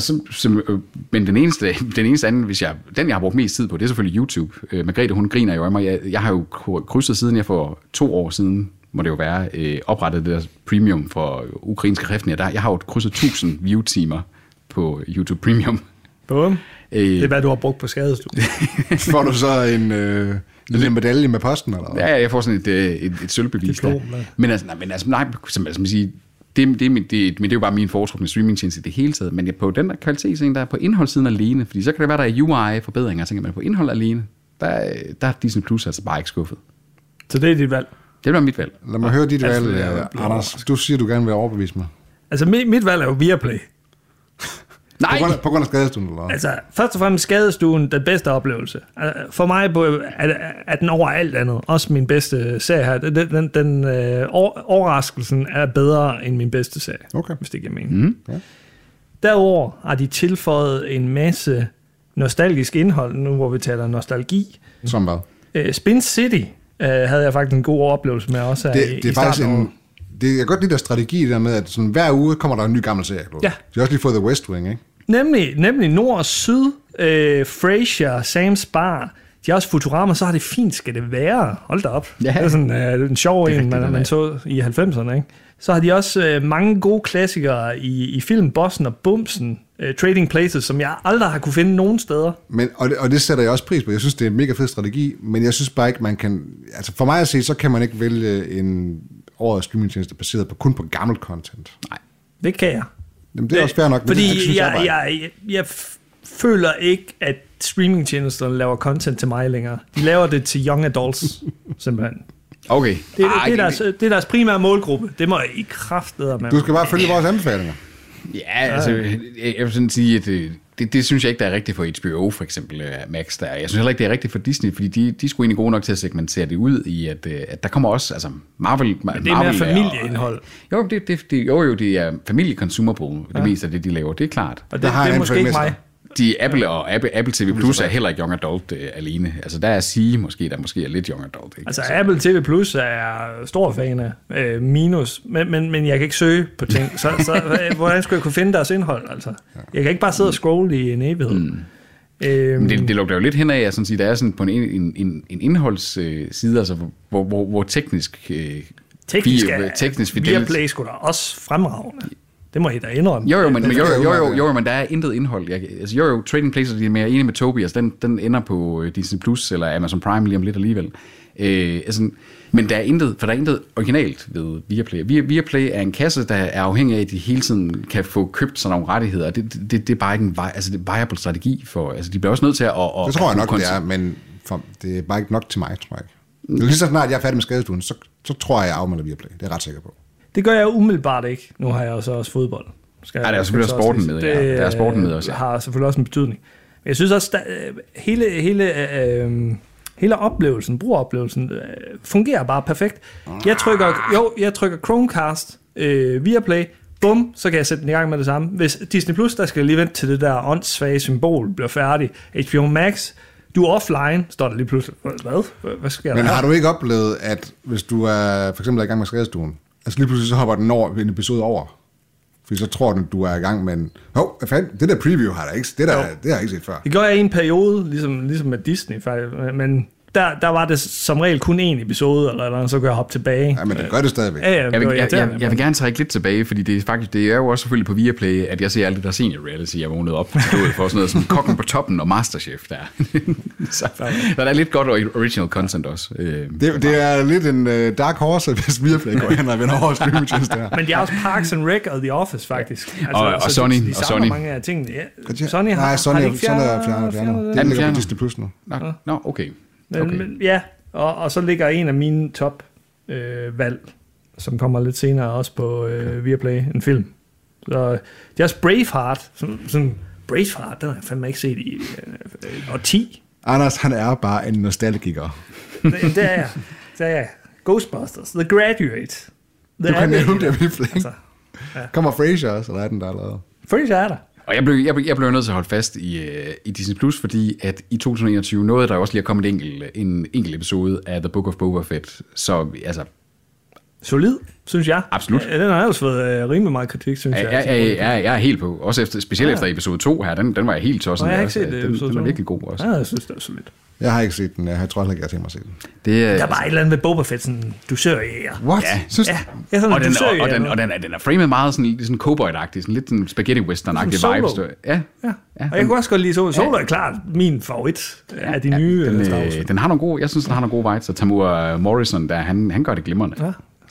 men den eneste anden, den jeg har brugt mest tid på, det er selvfølgelig YouTube. Margrethe, hun griner jo af mig. Jeg har jo krydset siden jeg for 2 år siden, må det jo være, oprettet det der premium for ukrainske kræftninger. Jeg har jo krydset 1000 view-timer på YouTube Premium. Bum. Det er, hvad du har brugt på skadestuen. Får du så en medalje med posten? Eller? Ja, jeg får sådan et sølvbevis der. Men som man siger, men det er jo bare min foretrukne streamingtjeneste i det hele taget, men på den der kvalitetsscene, der er på indholdssiden alene, fordi så kan det være, der er UI-forbedringer, tænker man på indhold alene, der er Disney Plus altså bare ikke skuffet. Så det er dit valg? Det bliver mit valg. Lad mig høre dit valg, Anders. Du siger, du gerne vil overbevise mig. Altså, mit valg er jo Viaplay. Nej! På grund af skadestuen, eller? Altså, først og fremmest skadestuen, den bedste oplevelse. For mig er den over alt andet. Også min bedste serie her. Overraskelsen er bedre end min bedste serie, hvis det giver mening. Okay. Derudover har de tilføjet en masse nostalgisk indhold, nu hvor vi taler nostalgi. Som hvad? Spin City havde jeg faktisk en god oplevelse med også det er faktisk jeg kan godt lide der strategi der med, at sådan, hver uge kommer der en ny gammel serie. Ja. De har også lige fået The West Wing, ikke? Nemlig nord og syd, Frasier, Sam's Bar, de har også Futurama, så har det fint, skal det være. Hold da op. Ja. Det er sådan en sjov en, man så i 90'erne, ikke? Så har de også mange gode klassikere i film, Bossen og Bumsen, Trading Places, som jeg aldrig har kunne finde nogen steder. Men, og det sætter jeg også pris på. Jeg synes, det er en mega fed strategi, men jeg synes bare ikke, man kan... Altså for mig at se, så kan man ikke vælge en årets streamingtjeneste baseret kun på gammel content. Nej, det kan jeg. Jamen, det er også fair nok. Fordi jeg føler ikke, at streamingtjenesterne laver content til mig længere. De laver det til young adults, simpelthen. Okay. Det er deres primære målgruppe. Det må I kraftedeme med. Du skal bare følge vores anbefalinger. Ja, altså, jeg vil sådan sige, at det synes jeg ikke, der er rigtigt for HBO, for eksempel Max. Jeg synes heller ikke, det er rigtigt for Disney, fordi de skulle egentlig gode nok til at segmentere det ud i, at der kommer også, altså Marvel... Men det er mere familieindhold. Det er familie-consumable, det meste af det, de laver, det er klart. Og det er måske ikke mig. Apple TV Plus er heller ikke young adult alene. Altså der er sige måske, der måske er lidt young adult. Ikke? Altså Apple TV Plus er stor fan af minus, men jeg kan ikke søge på ting. Så hvordan skulle jeg kunne finde deres indhold? Altså? Jeg kan ikke bare sidde og scrolle i en evighed. Men det lugter jo lidt hen af, at sådan sige, der er sådan på en indholdsside, altså, hvor teknisk Viaplay skulle da også fremragende. Det må I da indrømme. Men der er intet indhold. Trading Places, de er mere enige med Tobi, altså den ender på Disney Plus eller Amazon Prime lige om lidt alligevel. Men der er intet originalt ved Viaplay. Viaplay er en kasse, der er afhængig af, at de hele tiden kan få købt sådan nogle rettigheder. Det er bare ikke det er viable strategi for. Altså de bliver også nødt til at det tror jeg nok, det er, men det er bare ikke nok til mig, tror jeg. Lige så snart jeg er færdig med skadestuen, så tror jeg afmelder Viaplay. Det er jeg ret sikker på. Det gør jeg umiddelbart ikke. Nu har jeg også fodbold. Der er selvfølgelig også sporten med. Ja. Der er sporten med også. Det har selvfølgelig også en betydning. Men jeg synes også, hele oplevelsen, brugeroplevelsen, fungerer bare perfekt. Jeg trykker Chromecast, Viaplay, bum, så kan jeg sætte den i gang med det samme. Hvis Disney Plus, der skal jeg lige vente til det der åndssvage symbol bliver færdig. HBO Max, du er offline, står der lige pludselig. Hvad sker der? Men har du ikke oplevet, at hvis du er for eksempel i gang med skadestuen, altså lige pludselig så hopper den over en episode over? Fordi så tror den, du er i gang med en... hvad fanden? Det der preview har jeg ikke, det har jeg ikke set før. Det gør jeg i en periode, ligesom med Disney, faktisk. Men der var det som regel kun én episode, eller så kan jeg hoppe tilbage. Ja, men det gør det stadigvæk. Jeg vil gerne trække lidt tilbage, fordi det er jo også selvfølgelig på Viaplay, at jeg ser alt det der senior reality, jeg vågnede op til for sådan noget som Kokken på toppen og Masterchef der. Så der er lidt godt original content også. Det er lidt en dark horse, hvis Viaplay går hen og vender over streamingtjeneste her. Men de er også Parks and Rec og The Office, faktisk. Og Sonny. De samler mange af tingene. Ja. Sonny har ikke fjernet. Det ligger på Disney Plus nu. Nå, okay. Men ja, og så ligger en af mine top valg, som kommer lidt senere også på Viaplay, en film. Så det er også Braveheart. Sådan Braveheart, den har jeg fandme ikke set i 10. Anders, han er bare en nostalgiker. Det er jeg. Ghostbusters, The Graduate. Du kan nævne det, altså, ja. Kommer Frasier også, eller er den der allerede? Frasier er der. Og jeg blev nødt til at holde fast i Disney Plus, fordi at i 2021 nåede der også lige at komme en enkelt episode af The Book of Boba Fett. Så altså... Solid, synes jeg. Absolut. Ja, den har også fået rimelig meget kritik, synes jeg. Jeg er helt på. Også specielt efter episode 2 her, den var jeg helt tosset. Jeg har ikke set den er virkelig god også. Ja, jeg synes, det er solidt. Jeg har ikke set den. Jeg tror heller ikke, jeg har tænkt mig at se den. Der er bare et eller andet med Boba Fett, sådan dusørjæger. What? Ja, synes ja, sådan og den er framet meget sådan cowboy-agtig, sådan lidt sådan spaghetti western-agtig vibes. Ja. Og jeg kunne også godt lide Solo er klart min favorit af de nye Star Wars. Den har nogle gode, jeg synes, den har nogle gode vibes, og Tamura Morrison, der, han gør det glimrende. Ja.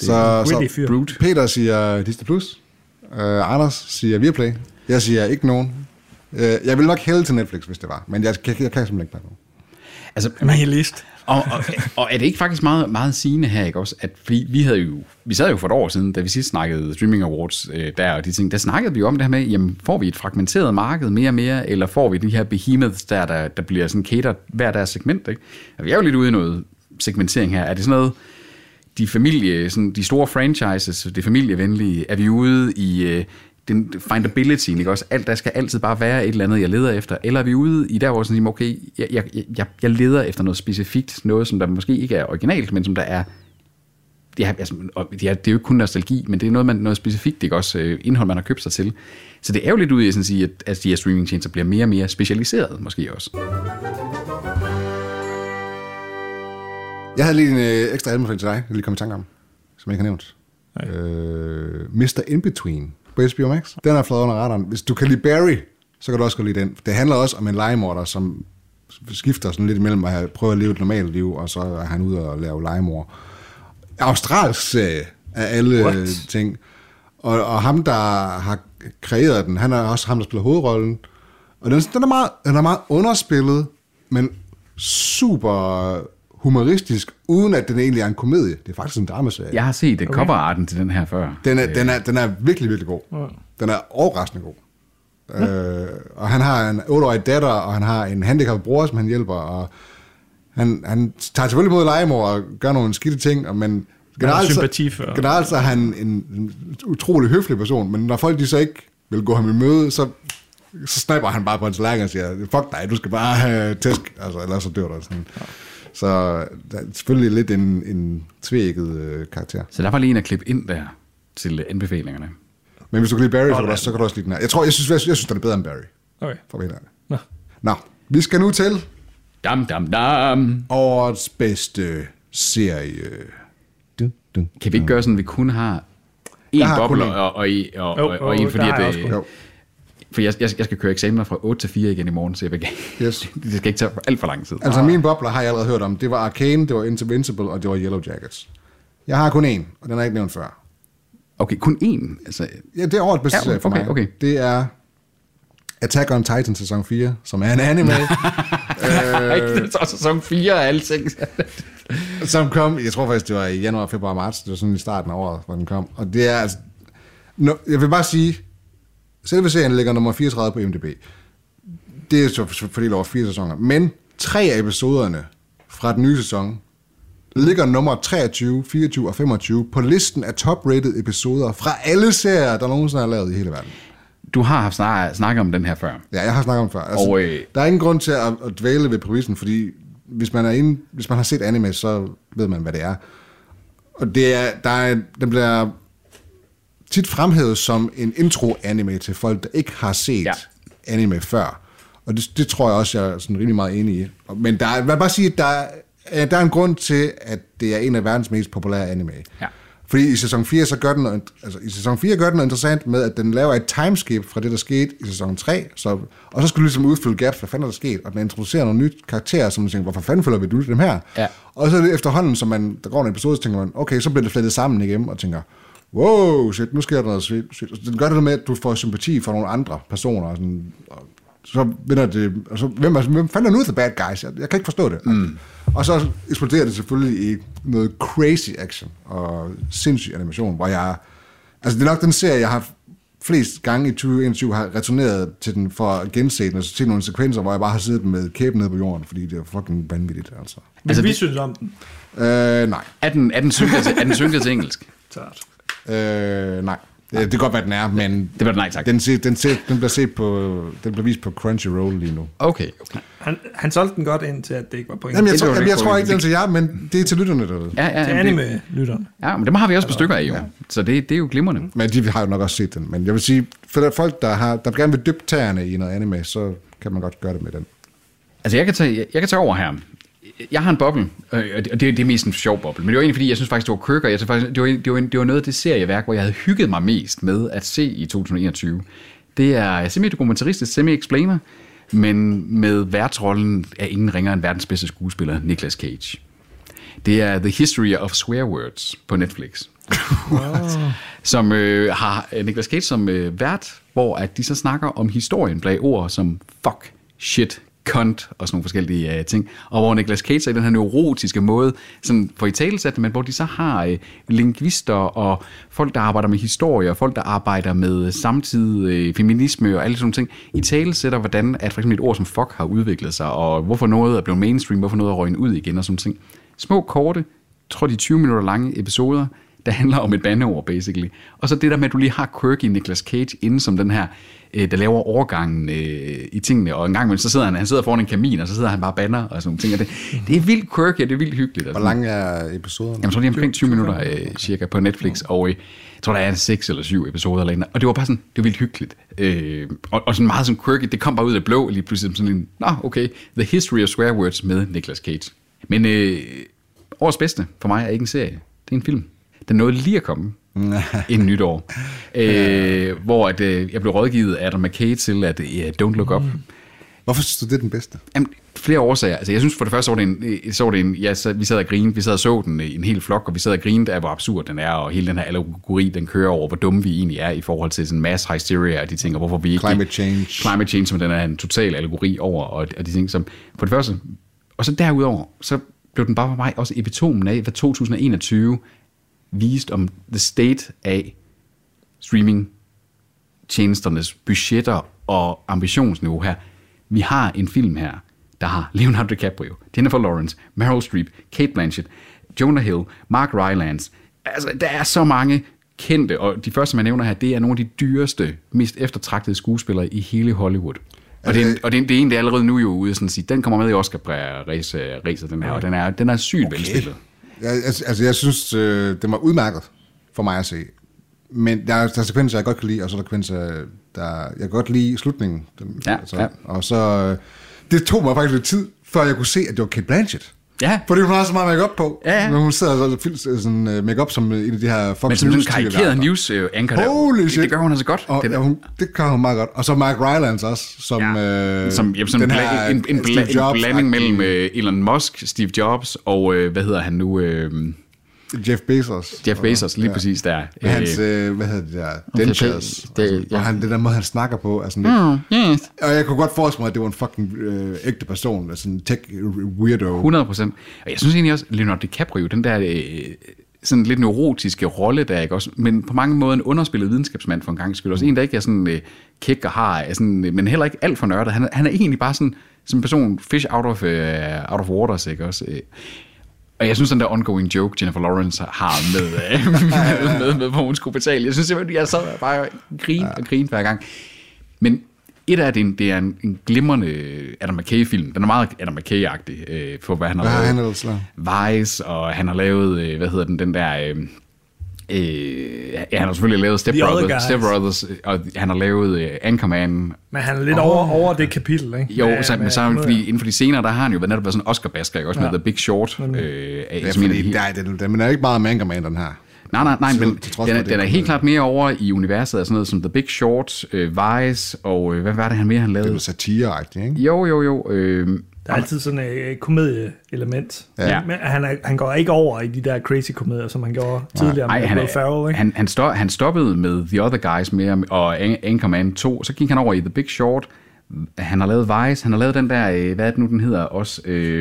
Så Peter siger Disney Plus, Anders siger Viaplay, jeg siger ikke nogen. Jeg vil nok hælde til Netflix, hvis det var, men jeg kan simpelthen ikke bare nogen. Altså, min list. og er det ikke faktisk meget, meget sigende her, ikke også? At vi sad jo for et år siden, da vi sidst snakkede Streaming Awards der og de ting, der snakkede vi jo om det her med, jamen får vi et fragmenteret marked mere og mere, eller får vi de her behemoths der bliver sådan catered hver deres segment, ikke? Og vi er jo lidt ude i noget segmentering her. Er det sådan noget, de store franchises, det familievenlige, er vi ude i den findability, ikke også? Der skal altid bare være et eller andet, jeg leder efter. Eller er vi ude i der, hvor sådan, okay, jeg leder efter noget specifikt, noget, som der måske ikke er originalt, men som der er... Det er jo ikke kun nostalgi, men det er noget specifikt, ikke også? Indhold, man har købt sig til. Så det er jo lidt ude i at sige, at de her streamingtjenester bliver mere og mere specialiseret, måske også. Jeg havde lige en ekstra anbefaling til dig, jeg lige kom i tanke om, som jeg ikke har nævnt. Mr. In-Between på HBO Max. Den er flot under radaren. Hvis du kan lide Barry, så kan du også godt lide den. Det handler også om en legemorder, som skifter sådan lidt imellem at prøve at leve et normalt liv, og så er han ude og lave legemord. Australsk serie af alle ting. Og ham, der har kreeret den, han er også ham, der spiller hovedrollen. Og den er meget underspillet, men super humoristisk, uden at den egentlig er en komedie. Det er faktisk en dramaserie. Jeg har set coverarten til den her før. Den er virkelig, virkelig god. Den er overraskende god. Og han har en 8-årig datter, og han har en handicappet bror, som han hjælper, og han tager selvfølgelig mod legemord og gør nogle skidte ting, men generelt så er han en utrolig høflig person, men når folk de så ikke vil gå ham i møde, så snapper han bare på en tallerken og siger, fuck dig, du skal bare have tæsk, altså, ellers så dør der sådan. Så der er selvfølgelig lidt en tvækket karakter. Så der var lige en at klippe ind der til anbefalingerne. Men hvis du kan lide Barry, så kan du også lide den her. Jeg synes, den er bedre end Barry. Okay. For Nå, vi skal nu til årets bedste serie. Kan vi ikke gøre sådan, at vi kun har en boble og en, fordi at... For jeg skal køre eksamener fra 8 til 4 igen i morgen, så jeg vil det skal ikke tage alt for lang tid. Altså mine bobler har jeg allerede hørt om. Det var Arcane, det var Invincible, og det var Yellow Jackets. Jeg har kun én, og den har jeg ikke nævnt før. Okay, kun én? Altså... Ja, det er årets bedste serie for mig. Okay. Det er Attack on Titan sæson 4, som er en anime. Det er sæson 4 af alle ting. Som kom, jeg tror faktisk, det var i januar, februar, marts. Det var sådan i starten af året, hvor den kom. Og det er altså... jeg vil bare sige, selve serien ligger nummer 34 på IMDb. Det er så fordelt over 4 sæsoner. Men 3 af episoderne fra den nye sæson ligger nummer 23, 24 og 25 på listen af top-rated episoder fra alle serier, der nogensinde er lavet i hele verden. Du har haft snakket om den her før. Ja, jeg har snakket om før. Altså, der er ingen grund til at dvæle ved præmissen, fordi hvis man har set anime, så ved man, hvad det er. Og den bliver tit fremhævet som en intro-anime til folk, der ikke har set anime før. Og det tror jeg også, jeg er sådan rimelig meget enig i. Men jeg vil bare sige, at der er en grund til, at det er en af verdens mest populære anime. Ja. Fordi i sæson 4 så gør den noget, noget interessant med, at den laver et timeskip fra det, der skete i sæson 3. Og så skulle du ligesom udfylde gaps, hvad fanden er der sket? Og den introducerer nogle nye karakterer, som man tænker, hvorfor fanden følger vi du dem her? Ja. Og så efterhånden, som der går en episode, så tænker man, okay, så bliver det flettet sammen igen, og tænker, wow, shit, nu sker der noget sygt. Den gør det med, at du får sympati for nogle andre personer, og sådan, og så vinder det, og så, hvem fanden er nu the bad guys? Jeg kan ikke forstå det. Og så eksploderer det selvfølgelig i noget crazy action og sindssyg animation, hvor altså det er nok den serie, jeg har flest gange i 2021 har returneret til den for at gense den, og se nogle sekvenser, hvor jeg bare har siddet med kæben nede på jorden, fordi det er fucking vanvittigt, altså. Men vi synes om den? Nej. Er den synket til engelsk? Tørt. Nej. Det kan godt være, den er, men det var nej, tak. Den bliver vist på Crunchyroll lige nu. Okay. Han solgte den godt ind til, at det ikke var på engelsk. Jeg tror ikke, den til jer, men det er til lytterne derude. Ja, til anime-lytterne. Ja, men dem har vi også på stykker af, jo. Ja. Så det er jo glimrende. Men de har jo nok også set den. Men jeg vil sige, for der er folk, der gerne vil dyppe tæerne i noget anime, så kan man godt gøre det med den. Altså, jeg kan tage over her. Jeg har en boble, og det er mest en sjov boble, men det var egentlig fordi, jeg synes faktisk, det var Kirk, og jeg synes faktisk, det var noget af det serieværk, hvor jeg havde hygget mig mest med at se i 2021. Det er semi-dokumentaristisk, semi-explainer, men med værtsrollen af ingen ringere end verdens bedste skuespiller, Nicolas Cage. Det er The History of Swear Words på Netflix. Som har Nicolas Cage som vært, hvor at de så snakker om historien bag ord som fuck, shit, cunt og sådan nogle forskellige ting. Og hvor Nicolas Cage er i den her neurotiske måde sådan for italesætte, men hvor de så har lingvister og folk, der arbejder med historie, og folk, der arbejder med samtid, feminisme og alle sådan nogle ting, italesætter, hvordan at for eksempel et ord som fuck har udviklet sig, og hvorfor noget er blevet mainstream, hvorfor noget er røgnet ud igen og sådan ting. Små, korte, tror de 20 minutter lange episoder, der handler om et bandeord, basically. Og så det der med, at du lige har quirky Nicolas Cage inde som den her, der laver overgangen i tingene, og en gang imellem, så sidder han sidder foran en kamin, og så sidder han bare banner og sådan nogle ting. Det er vildt quirky, det er vildt hyggeligt. Hvor lang er episoderne? Jamen, så er det omkring 20 minutter cirka på Netflix, og jeg tror, der er 6 eller 7 episoder eller andet. Og det var bare sådan, det var vildt hyggeligt. Og sådan meget sådan quirky, det kom bare ud af blå, lige pludselig sådan en, okay, The History of Swear Words med Nicolas Cage. Men årets bedste for mig er ikke en serie, det er en film. Den nåede lige at komme inden nytår, hvor jeg blev rådgivet af Adam McKay til at Don't Look Up. Hvorfor synes du, det er den bedste? Jamen, flere årsager. Altså, jeg synes for det første, vi sad og grinede, vi sad og så den i en hel flok, og vi sad og grinede af, hvor absurd den er, og hele den her allegori, den kører over, hvor dumme vi egentlig er i forhold til sådan mass hysteria og de ting, og hvorfor vi ikke... Climate change, som den er en total allegori over, og de ting, som for det første... Og så derudover, så blev den bare for mig også epitomen af, hvad 2021 vist om the state af streaming-tjenesternes budgetter og ambitionsniveau her. Vi har en film her, der har Leonardo DiCaprio, Jennifer Lawrence, Meryl Streep, Cate Blanchett, Jonah Hill, Mark Rylance. Altså, der er så mange kendte, og de første, man nævner her, det er nogle af de dyreste, mest eftertragtede skuespillere i hele Hollywood. Og det er en, der allerede nu jo ude sådan at sige, den kommer med i Oscar-ræset, den her, og den er sygt velspillet. Jeg synes, det var udmærket for mig at se. Men der er sekvenser, jeg godt kan lide, og så er der sekvenser, jeg kan godt lide slutningen. Og så... det tog mig faktisk lidt tid, før jeg kunne se, at det var Cate Blanchett. Ja. Fordi hun har så meget make-up på. Ja. Men hun sidder sådan make-up som en af de her Fox News. Men som en karikeret news-anchor der. Holy shit. Det gør hun altså godt. Og det gør hun meget godt. Og så Mark Rylance også, som den her en blanding mellem Elon Musk, Steve Jobs og hvad hedder han nu? Jeff Bezos, lige præcis der. Hans, hvad hedder det der? Dentures. Og det der måde, han snakker på, er sådan lidt... Yes. Og jeg kunne godt forestille mig, at det var en fucking ægte person, altså en tech-weirdo. 100%. Og jeg synes egentlig også, Leonardo DiCaprio, den der sådan lidt neurotiske rolle der, ikke også? Men på mange måder en underspillet videnskabsmand for en gang skyld. Også en, der ikke er sådan kæk og har, sådan, men heller ikke alt for nørdet. Han er egentlig bare sådan en person, fish out of water, ikke også? Og jeg synes, den der ongoing joke, Jennifer Lawrence har med hvor hun skulle betale. Jeg synes simpelthen, jeg sad bare grine hver gang. Men et af det er en glimrende Adam McKay-film. Den er meget Adam McKay-agtig for, hvad han har lavet. Vice, og han har lavet, den der... han har selvfølgelig lavet Step Brothers, og han har lavet Anchorman. Men han er lidt over det kapitel, ikke? Jo, fordi inden for de senere, der har han jo netop været sådan Oscar-basker, også med The Big Short. Men er ikke meget med Anchorman, den her. Nej, men den er helt klart mere over i universet af sådan noget som The Big Short, Vice, og hvad var det, han mere han lavede? Det var satire-agtigt, ikke? Jo. Der er altid sådan et komedieelement. Ja. Men han går ikke over i de der crazy komedier, som han gjorde tidligere med Will Ferrell, ikke? Han stoppede med The Other Guys mere, og Anchorman 2, så gik han over i The Big Short. Han har lavet Vice, han har lavet den der, hvad er det nu, den hedder også...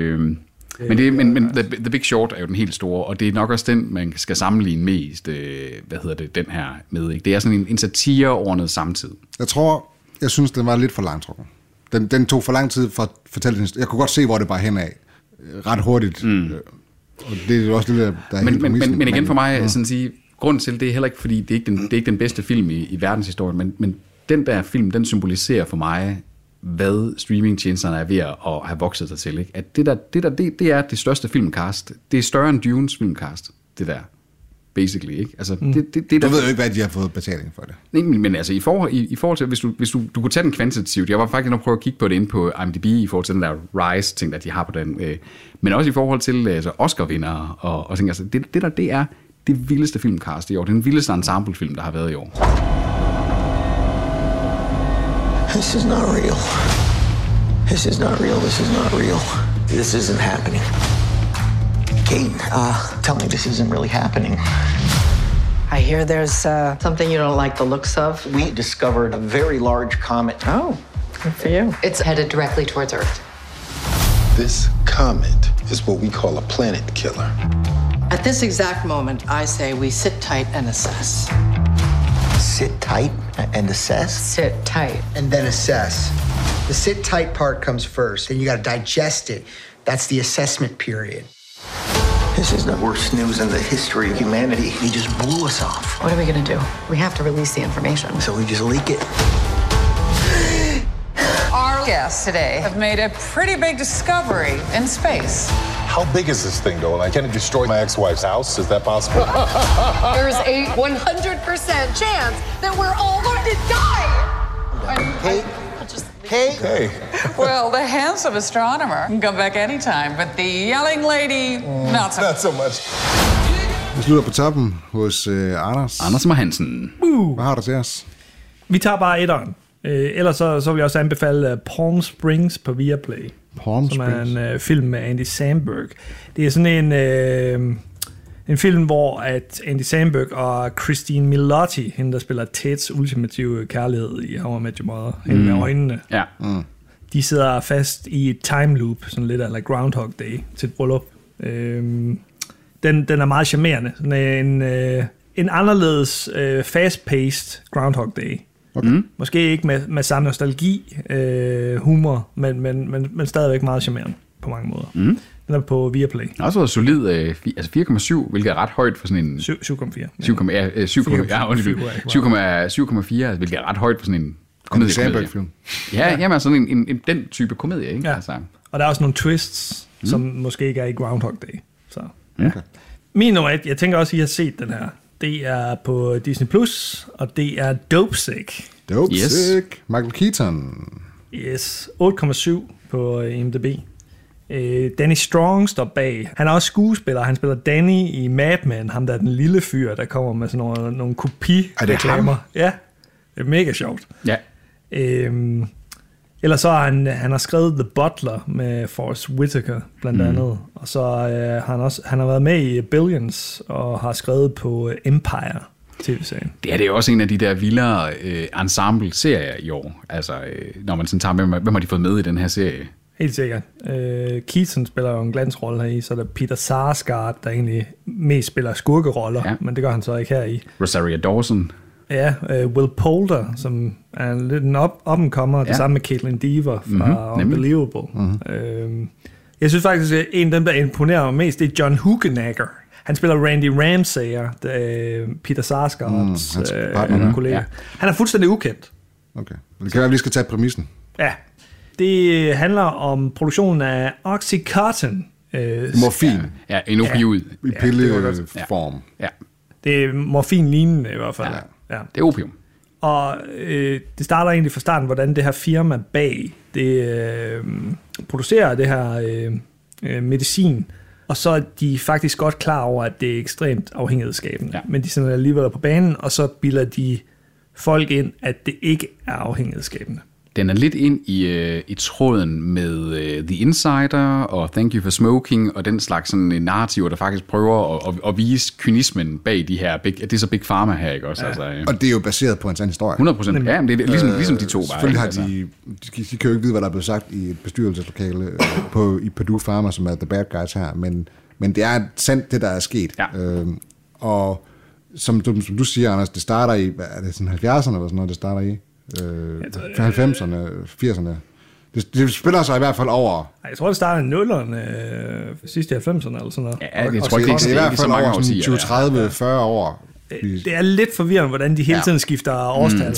Men The Big Short er jo den helt store, og det er nok også den, man skal sammenligne mest, den her med. Ikke? Det er sådan en satire over noget samtid. Jeg synes, den var lidt for langtrukken. Den tog for lang tid for at fortælle den. Jeg kunne godt se, hvor det bare henad ret hurtigt. Og det er også det, der er men igen for mig, sådan at sige, grunden til det er heller ikke, fordi det er ikke den bedste film i verdenshistorien, men den der film, den symboliserer for mig, hvad streamingtjenesterne er ved at have vokset sig til. Ikke? At det er det største filmcast. Det er større end Dunes filmcast, det der. Basically, ikke? Altså, du ved jo ikke, hvad de har fået betaling for det. Nej, men altså, i forhold til, hvis du kunne tage den kvantitativt, jeg var faktisk nok prøve at kigge på det inde på IMDb, i forhold til den der Rise-ting, der de har på den, men også i forhold til altså, Oscar-vindere og ting. Altså, det er det vildeste filmcast i år. Det er den vildeste ensemblefilm, der har været i år. This is not real. This is not real. This is not real. This isn't happening. Kate, tell me this isn't really happening. I hear there's something you don't like the looks of. We discovered a very large comet. Oh, good for you. It's headed directly towards Earth. This comet is what we call a planet killer. At this exact moment, I say we sit tight and assess. Sit tight and assess? Sit tight. And then assess. The sit tight part comes first, then you gotta digest it. That's the assessment period. This is the worst news in the history of humanity. He just blew us off. What are we gonna do? We have to release the information. So we just leak it. Our guests today have made a pretty big discovery in space. How big is this thing, though? And can it destroy my ex-wife's house? Is that possible? There's a 100% chance that we're all going to die. Hey. Well, the handsome astronomer can come back anytime, but the yelling lady, not so much. Vi slutter på toppen hos Anders. Anders Hansen. Hvad har du til os? Vi tager bare etteren. Ellers så vil jeg også anbefale Palm Springs på Viaplay. Som er en film med Andy Samberg. Det er sådan en film, hvor at Andy Samberg og Christine Milioti, hende der spiller Teds ultimative kærlighed i How I Met Your Mother, hende med øjnene, de sidder fast i et time loop, sådan lidt like Groundhog Day, til et bryllup. Den er meget charmerende. En anderledes fast-paced Groundhog Day. Okay. Måske ikke med samme nostalgi, humor, men stadigvæk meget charmerende på mange måder. Den er på Viaplay. Den har også været solid, altså 4,7, hvilket er ret højt for sådan en... 7,4. 7,4, hvilket er ret højt for sådan en komedie. Ja, jamen sådan den type komedie, ikke? Ja. Altså. Og der er også nogle twists, som måske ikke er i Groundhog Day. Så. Okay. Min nummer 1, jeg tænker også, I har set den her. Det er på Disney+, og det er Dopesick. Dopesick. Michael Keaton. Yes. 8,7 på IMDb. Danny Strong står bag. Han er også skuespiller. Han spiller Danny i Mad Men. Ham der er den lille fyr, der kommer med sådan nogle kopi-reklamer. Ja, det er mega sjovt. Ja. Ellers så har han har skrevet The Butler med Forrest Whitaker blandt andet, og så han har været med i Billions og har skrevet på Empire TV-serien. Det er også en af de der vildere ensemble-serier i år, altså når man sådan tager med, hvem har de fået med i den her serie? Helt sikkert. Keaton spiller jo en glansrolle her i, så er der Peter Sarsgaard, der egentlig mest spiller skurkeroller, men det gør han så ikke her i. Rosario Dawson. Ja, Will Poulter, som er lidt en up-and-comer, det samme med Caitlin Dever fra Unbelievable. Jeg synes faktisk, at en af dem, der imponerer mig mest, det er John Hugenagger. Han spiller Randy Ramsay, Peter Sarsgaards kollega. Han er fuldstændig ukendt. Okay, det kan være, at vi skal tage præmissen. Ja, det handler om produktionen af Oxycontin. Morfin. Ja, en opioid. I pilleform. Ja. Det er morfin-lignende i hvert fald. Ja. Det er opium. Og det starter egentlig fra starten, hvordan det her firma bag det producerer det her medicin, og så er de faktisk godt klar over, at det er ekstremt afhængighedsskabende. Ja. Men de sådan alligevel på banen, og så bilder de folk ind, at det ikke er afhængighedsskabende. Den er lidt ind i tråden med The Insider og Thank You for Smoking og den slags sådan narrativer, der faktisk prøver at vise kynismen bag de her det er så Big Pharma her, ikke også? Ja. Altså, og det er jo baseret på en sand historie. 100%. Ja, men det er ligesom de to bare. Selvfølgelig har de kan jo ikke vide, hvad der er blevet sagt i et bestyrelseslokale i Purdue Pharma, som er the bad guys her, men det er sandt, det der er sket. Ja. Og som du siger, Anders, det starter i, er det sådan 70'erne eller sådan noget, det starter i? 90'erne, 80'erne. Det spiller sig i hvert fald over. Jeg tror, det startede i 0'erne, sidste i 90'erne eller sådan noget. Ja, jeg tror ikke, det er i hvert fald over 20, 30, 40 år. Det er lidt forvirrende, hvordan de hele tiden skifter årstal.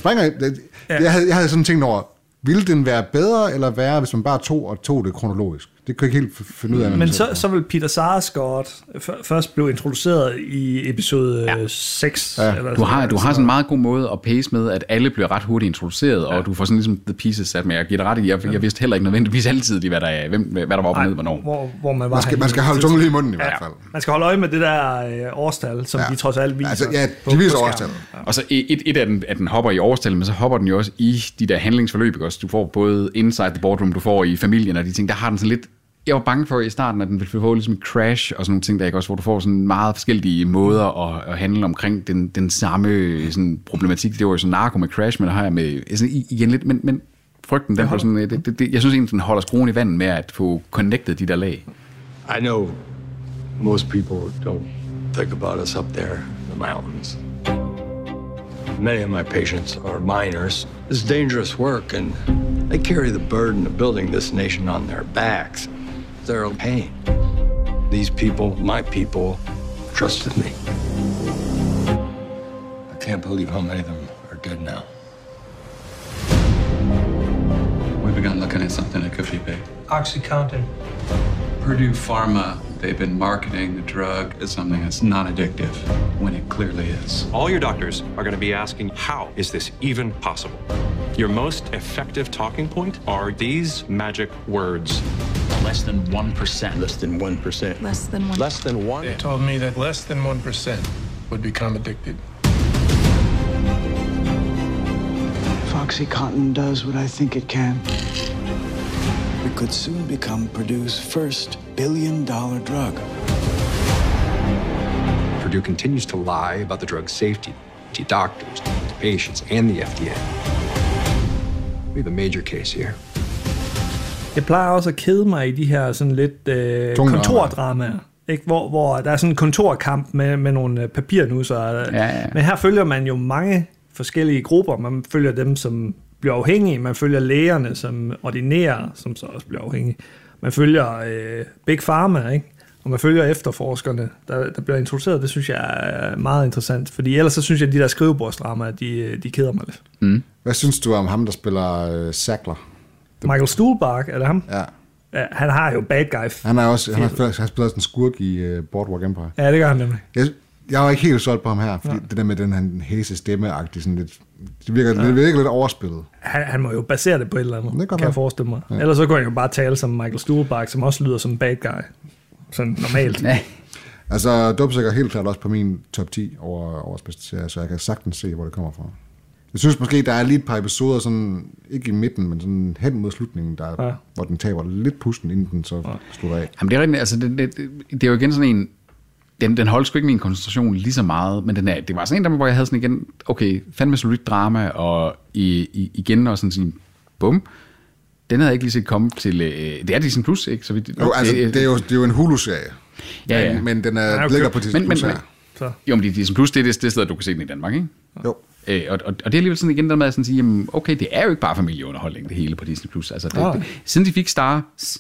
Jeg havde sådan tænkt over, ville den være bedre eller værre, hvis man bare tog det kronologisk? Det kunne jeg ikke helt finde ud af. Men så vil Peter Sarsgaard først blive introduceret i episode 6. Ja. Eller du har sådan en meget god måde at pace med, at alle bliver ret hurtigt introduceret, og du får sådan ligesom the pieces sat med. Jeg giver dig ret i, jeg vidste heller ikke nødvendigvis altid, hvad der var op og ned, hvornår. Hvor man var man skal holde tungen lige i munden i hvert fald. Man skal holde øje med det der årstal, som de trods alt viser. Altså, ja, de viser årstal. Og så et af den, at den hopper i årstal, men så hopper den jo også i de der handlingsforløb, også. Du får både Inside the Boardroom, du får i familien, og de ting, der har den sådan lidt. Jeg var bange for i starten, at den ville få ligesom et crash og sådan nogle ting, der ikke også, hvor du får sådan meget forskellige måder at handle omkring den samme sådan problematik. Det var jo sådan narko med crash, men der har jeg med altså, igen lidt, men frygten, den får sådan, jeg synes egentlig, den holder skruen i vandet med at få connected de der lag. I know most people don't think about us up there in the mountains. Many of my patients are miners. It's dangerous work, and they carry the burden of building this nation on their backs. They're in pain. These people, my people, trusted me. I can't believe how many of them are dead now. We've begun looking at something that could be big. Oxycontin. Purdue Pharma, they've been marketing the drug as something that's non-addictive, when it clearly is. All your doctors are going to be asking, how is this even possible? Your most effective talking point are these magic words. Less than 1%. Less than 1%. Less than 1%. Less than 1%. They told me that less than 1% would become addicted. If Oxycontin does what I think it can, we could soon become Purdue's first billion-dollar drug. Purdue continues to lie about the drug's safety to doctors, to patients, and the FDA. We have a major case here. Jeg plejer også at kede mig i de her sådan lidt kontordramaer, ikke? Hvor der er sådan en kontorkamp med nogle papirnusser. Ja. Men her følger man jo mange forskellige grupper. Man følger dem, som bliver afhængige. Man følger lægerne, som ordinerer, som så også bliver afhængige. Man følger Big Pharma, ikke? Og man følger efterforskerne, der bliver introduceret. Det synes jeg er meget interessant. Fordi ellers så synes jeg, at de der skrivebordsdramaer, de keder mig lidt. Mm. Hvad synes du om ham, der spiller Sackler? Michael Stuhlbarg, er det ham? Ja. Ja, han har jo bad guy. Han har spillet en skurk i Boardwalk Empire. Ja, det gør han nemlig. Jeg var ikke helt solgt på ham her, fordi det der med den hæse stemmeagtige, sådan lidt, det virker lidt overspillet. Han må jo basere det på et eller andet, kan jeg forestille mig. Ja. Ellers så kunne han jo bare tale som Michael Stuhlbarg, som også lyder som bad guy. Sådan normalt. Ja. Altså, Dopesikker er helt klart også på min top 10 over bedste serie, så jeg kan sagtens se, hvor det kommer fra. Jeg synes måske, der er lige et par episoder, sådan, ikke i midten, men sådan hen mod slutningen, hvor den taber lidt pusten, inden den så slutter af. Jamen det er rigtigt, altså det er jo igen sådan en, den holdt sgu ikke min koncentration lige så meget, men det var sådan en, hvor jeg havde sådan igen, okay, fandme solidt drama, og igen og sådan bum. Den havde jeg ikke lige set komme til, det er Disney Plus, ikke? Så vidt, jo, altså, det er jo en Hulu-serie, ja. Men den ligger på Disney Plus her. Jo, men Disney Plus, det er det sted, du kan se den i Danmark, ikke? Jo. Og det er alligevel sådan igen der med at sige, jamen, okay, det er jo ikke bare familieunderholdning, det hele på Disney Plus. Altså, siden de fik Stars,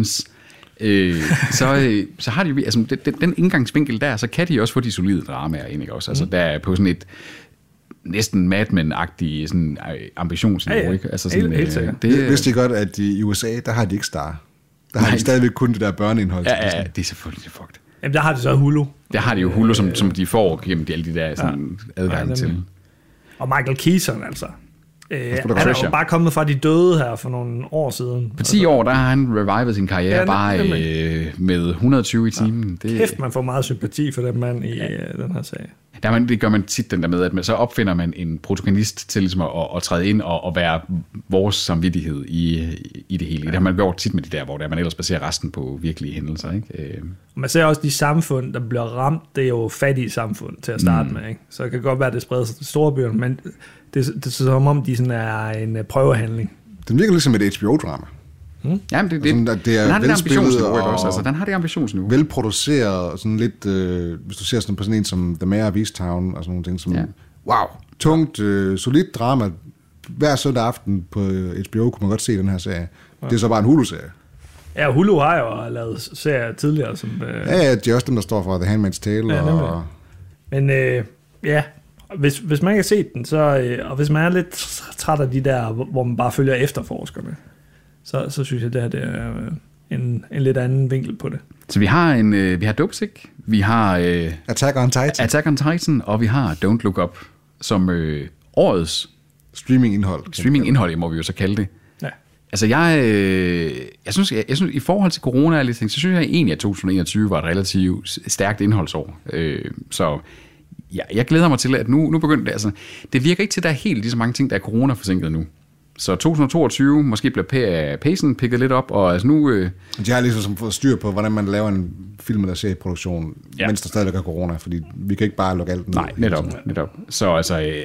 så har de jo, altså den indgangsvinkel der, så kan de også få de solide dramaer ind, ikke også? Altså, der er på sådan et næsten Mad Men-agtig sådan ambitionsniveau, ikke? Altså sådan, helt sikkert. Det vidste de godt, at i USA, der har de ikke Star. Der har de stadigvæk kun det der børneindhold. Ja, det er selvfølgelig fucked. Jamen, der har de så Hulu. Der har de jo Hulu, som de får gennem alle de der sådan, adgang til. Og Michael Keaton, altså. Han er jo bare kommet fra de døde her for nogle år siden. På 10 år, der har han revivet sin karriere med 120 i timen. Ja. Kæft, man får meget sympati for den mand i den her sag. Det gør man tit den der med, at så opfinder man en protagonist til ligesom at træde ind og være vores samvittighed i det hele. Det har man gjort tit med de der, hvor man ellers baserer resten på virkelige hændelser. Ikke? Man ser også de samfund, der bliver ramt, det er jo fattige samfund til at starte med. Ikke? Så det kan godt være, at det spreder sig til store byer, men det er som om, de sådan er en prøvehandling. Den virker ligesom et HBO-drama. Jamen, det er velspillet også. Altså, den har det ambitionsniveau. Velproduceret, sådan lidt, hvis du ser sådan på sådan en som The Mayor of Easttown, og sådan nogle ting, som, wow, tungt, solidt drama. Hver søndag aften på HBO kunne man godt se den her serie. Ja. Det er så bare en Hulu-serie. Ja, Hulu har jo lavet serier tidligere. Som, ja, de er også dem, der står for The Handmaid's Tale. Ja, men hvis man ikke har set den, så, og hvis man er lidt træt af de der, hvor man bare følger efterforskerne, så synes jeg, det er en lidt anden vinkel på det. Så vi har Dopesick, vi har Attack on Titan, og vi har Don't Look Up, som årets streaming-indhold, må vi jo så kalde det. Ja. Altså jeg synes i forhold til corona og lidt ting, så synes jeg egentlig, at 2021 var et relativt stærkt indholdsår. Så jeg glæder mig til, at nu begynder det. Altså, det virker ikke til, at der er helt lige så mange ting, der er corona-forsinket nu. Så 2022 måske bliver pacen pikket lidt op, og altså nu... De har ligesom fået styr på, hvordan man laver en film eller serieproduktion, mens der stadig er corona, fordi vi kan ikke bare lukke alt ned. Nej, netop. Så altså,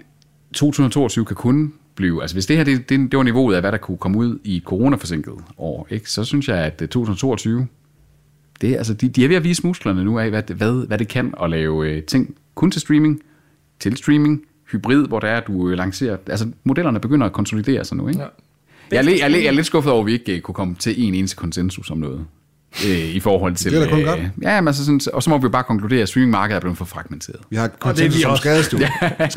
2022 kan kun blive... Altså hvis det her det var niveauet af, hvad der kunne komme ud i coronaforsinket år, ikke, så synes jeg, at 2022... Det er, altså, de er ved at vise musklerne nu af, hvad det kan at lave ting kun til streaming, hybrid, hvor der er, du lancerer... Altså, modellerne begynder at konsolidere sig nu, ikke? Ja. Jeg er lidt skuffet over, at vi ikke kunne komme til en eneste konsensus om noget. I forhold til... Det er da kun godt. Ja, men altså sådan, og så må vi bare konkludere, at streamingmarkedet er blevet for fragmenteret. Vi har konsensus om skadestuen.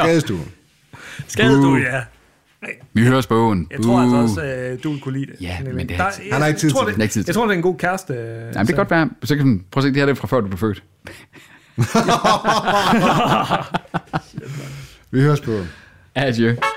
Skadestuen, ja. Vi hører bogen. Jeg tror altså også, du kunne lide det. Ja, men det han har ikke tid til det. Jeg tror, det er en god kæreste. Jamen, det kan godt være. Så kan prøv at se, det her det er fra før, du blev født. Vi hører bogen. Adieu.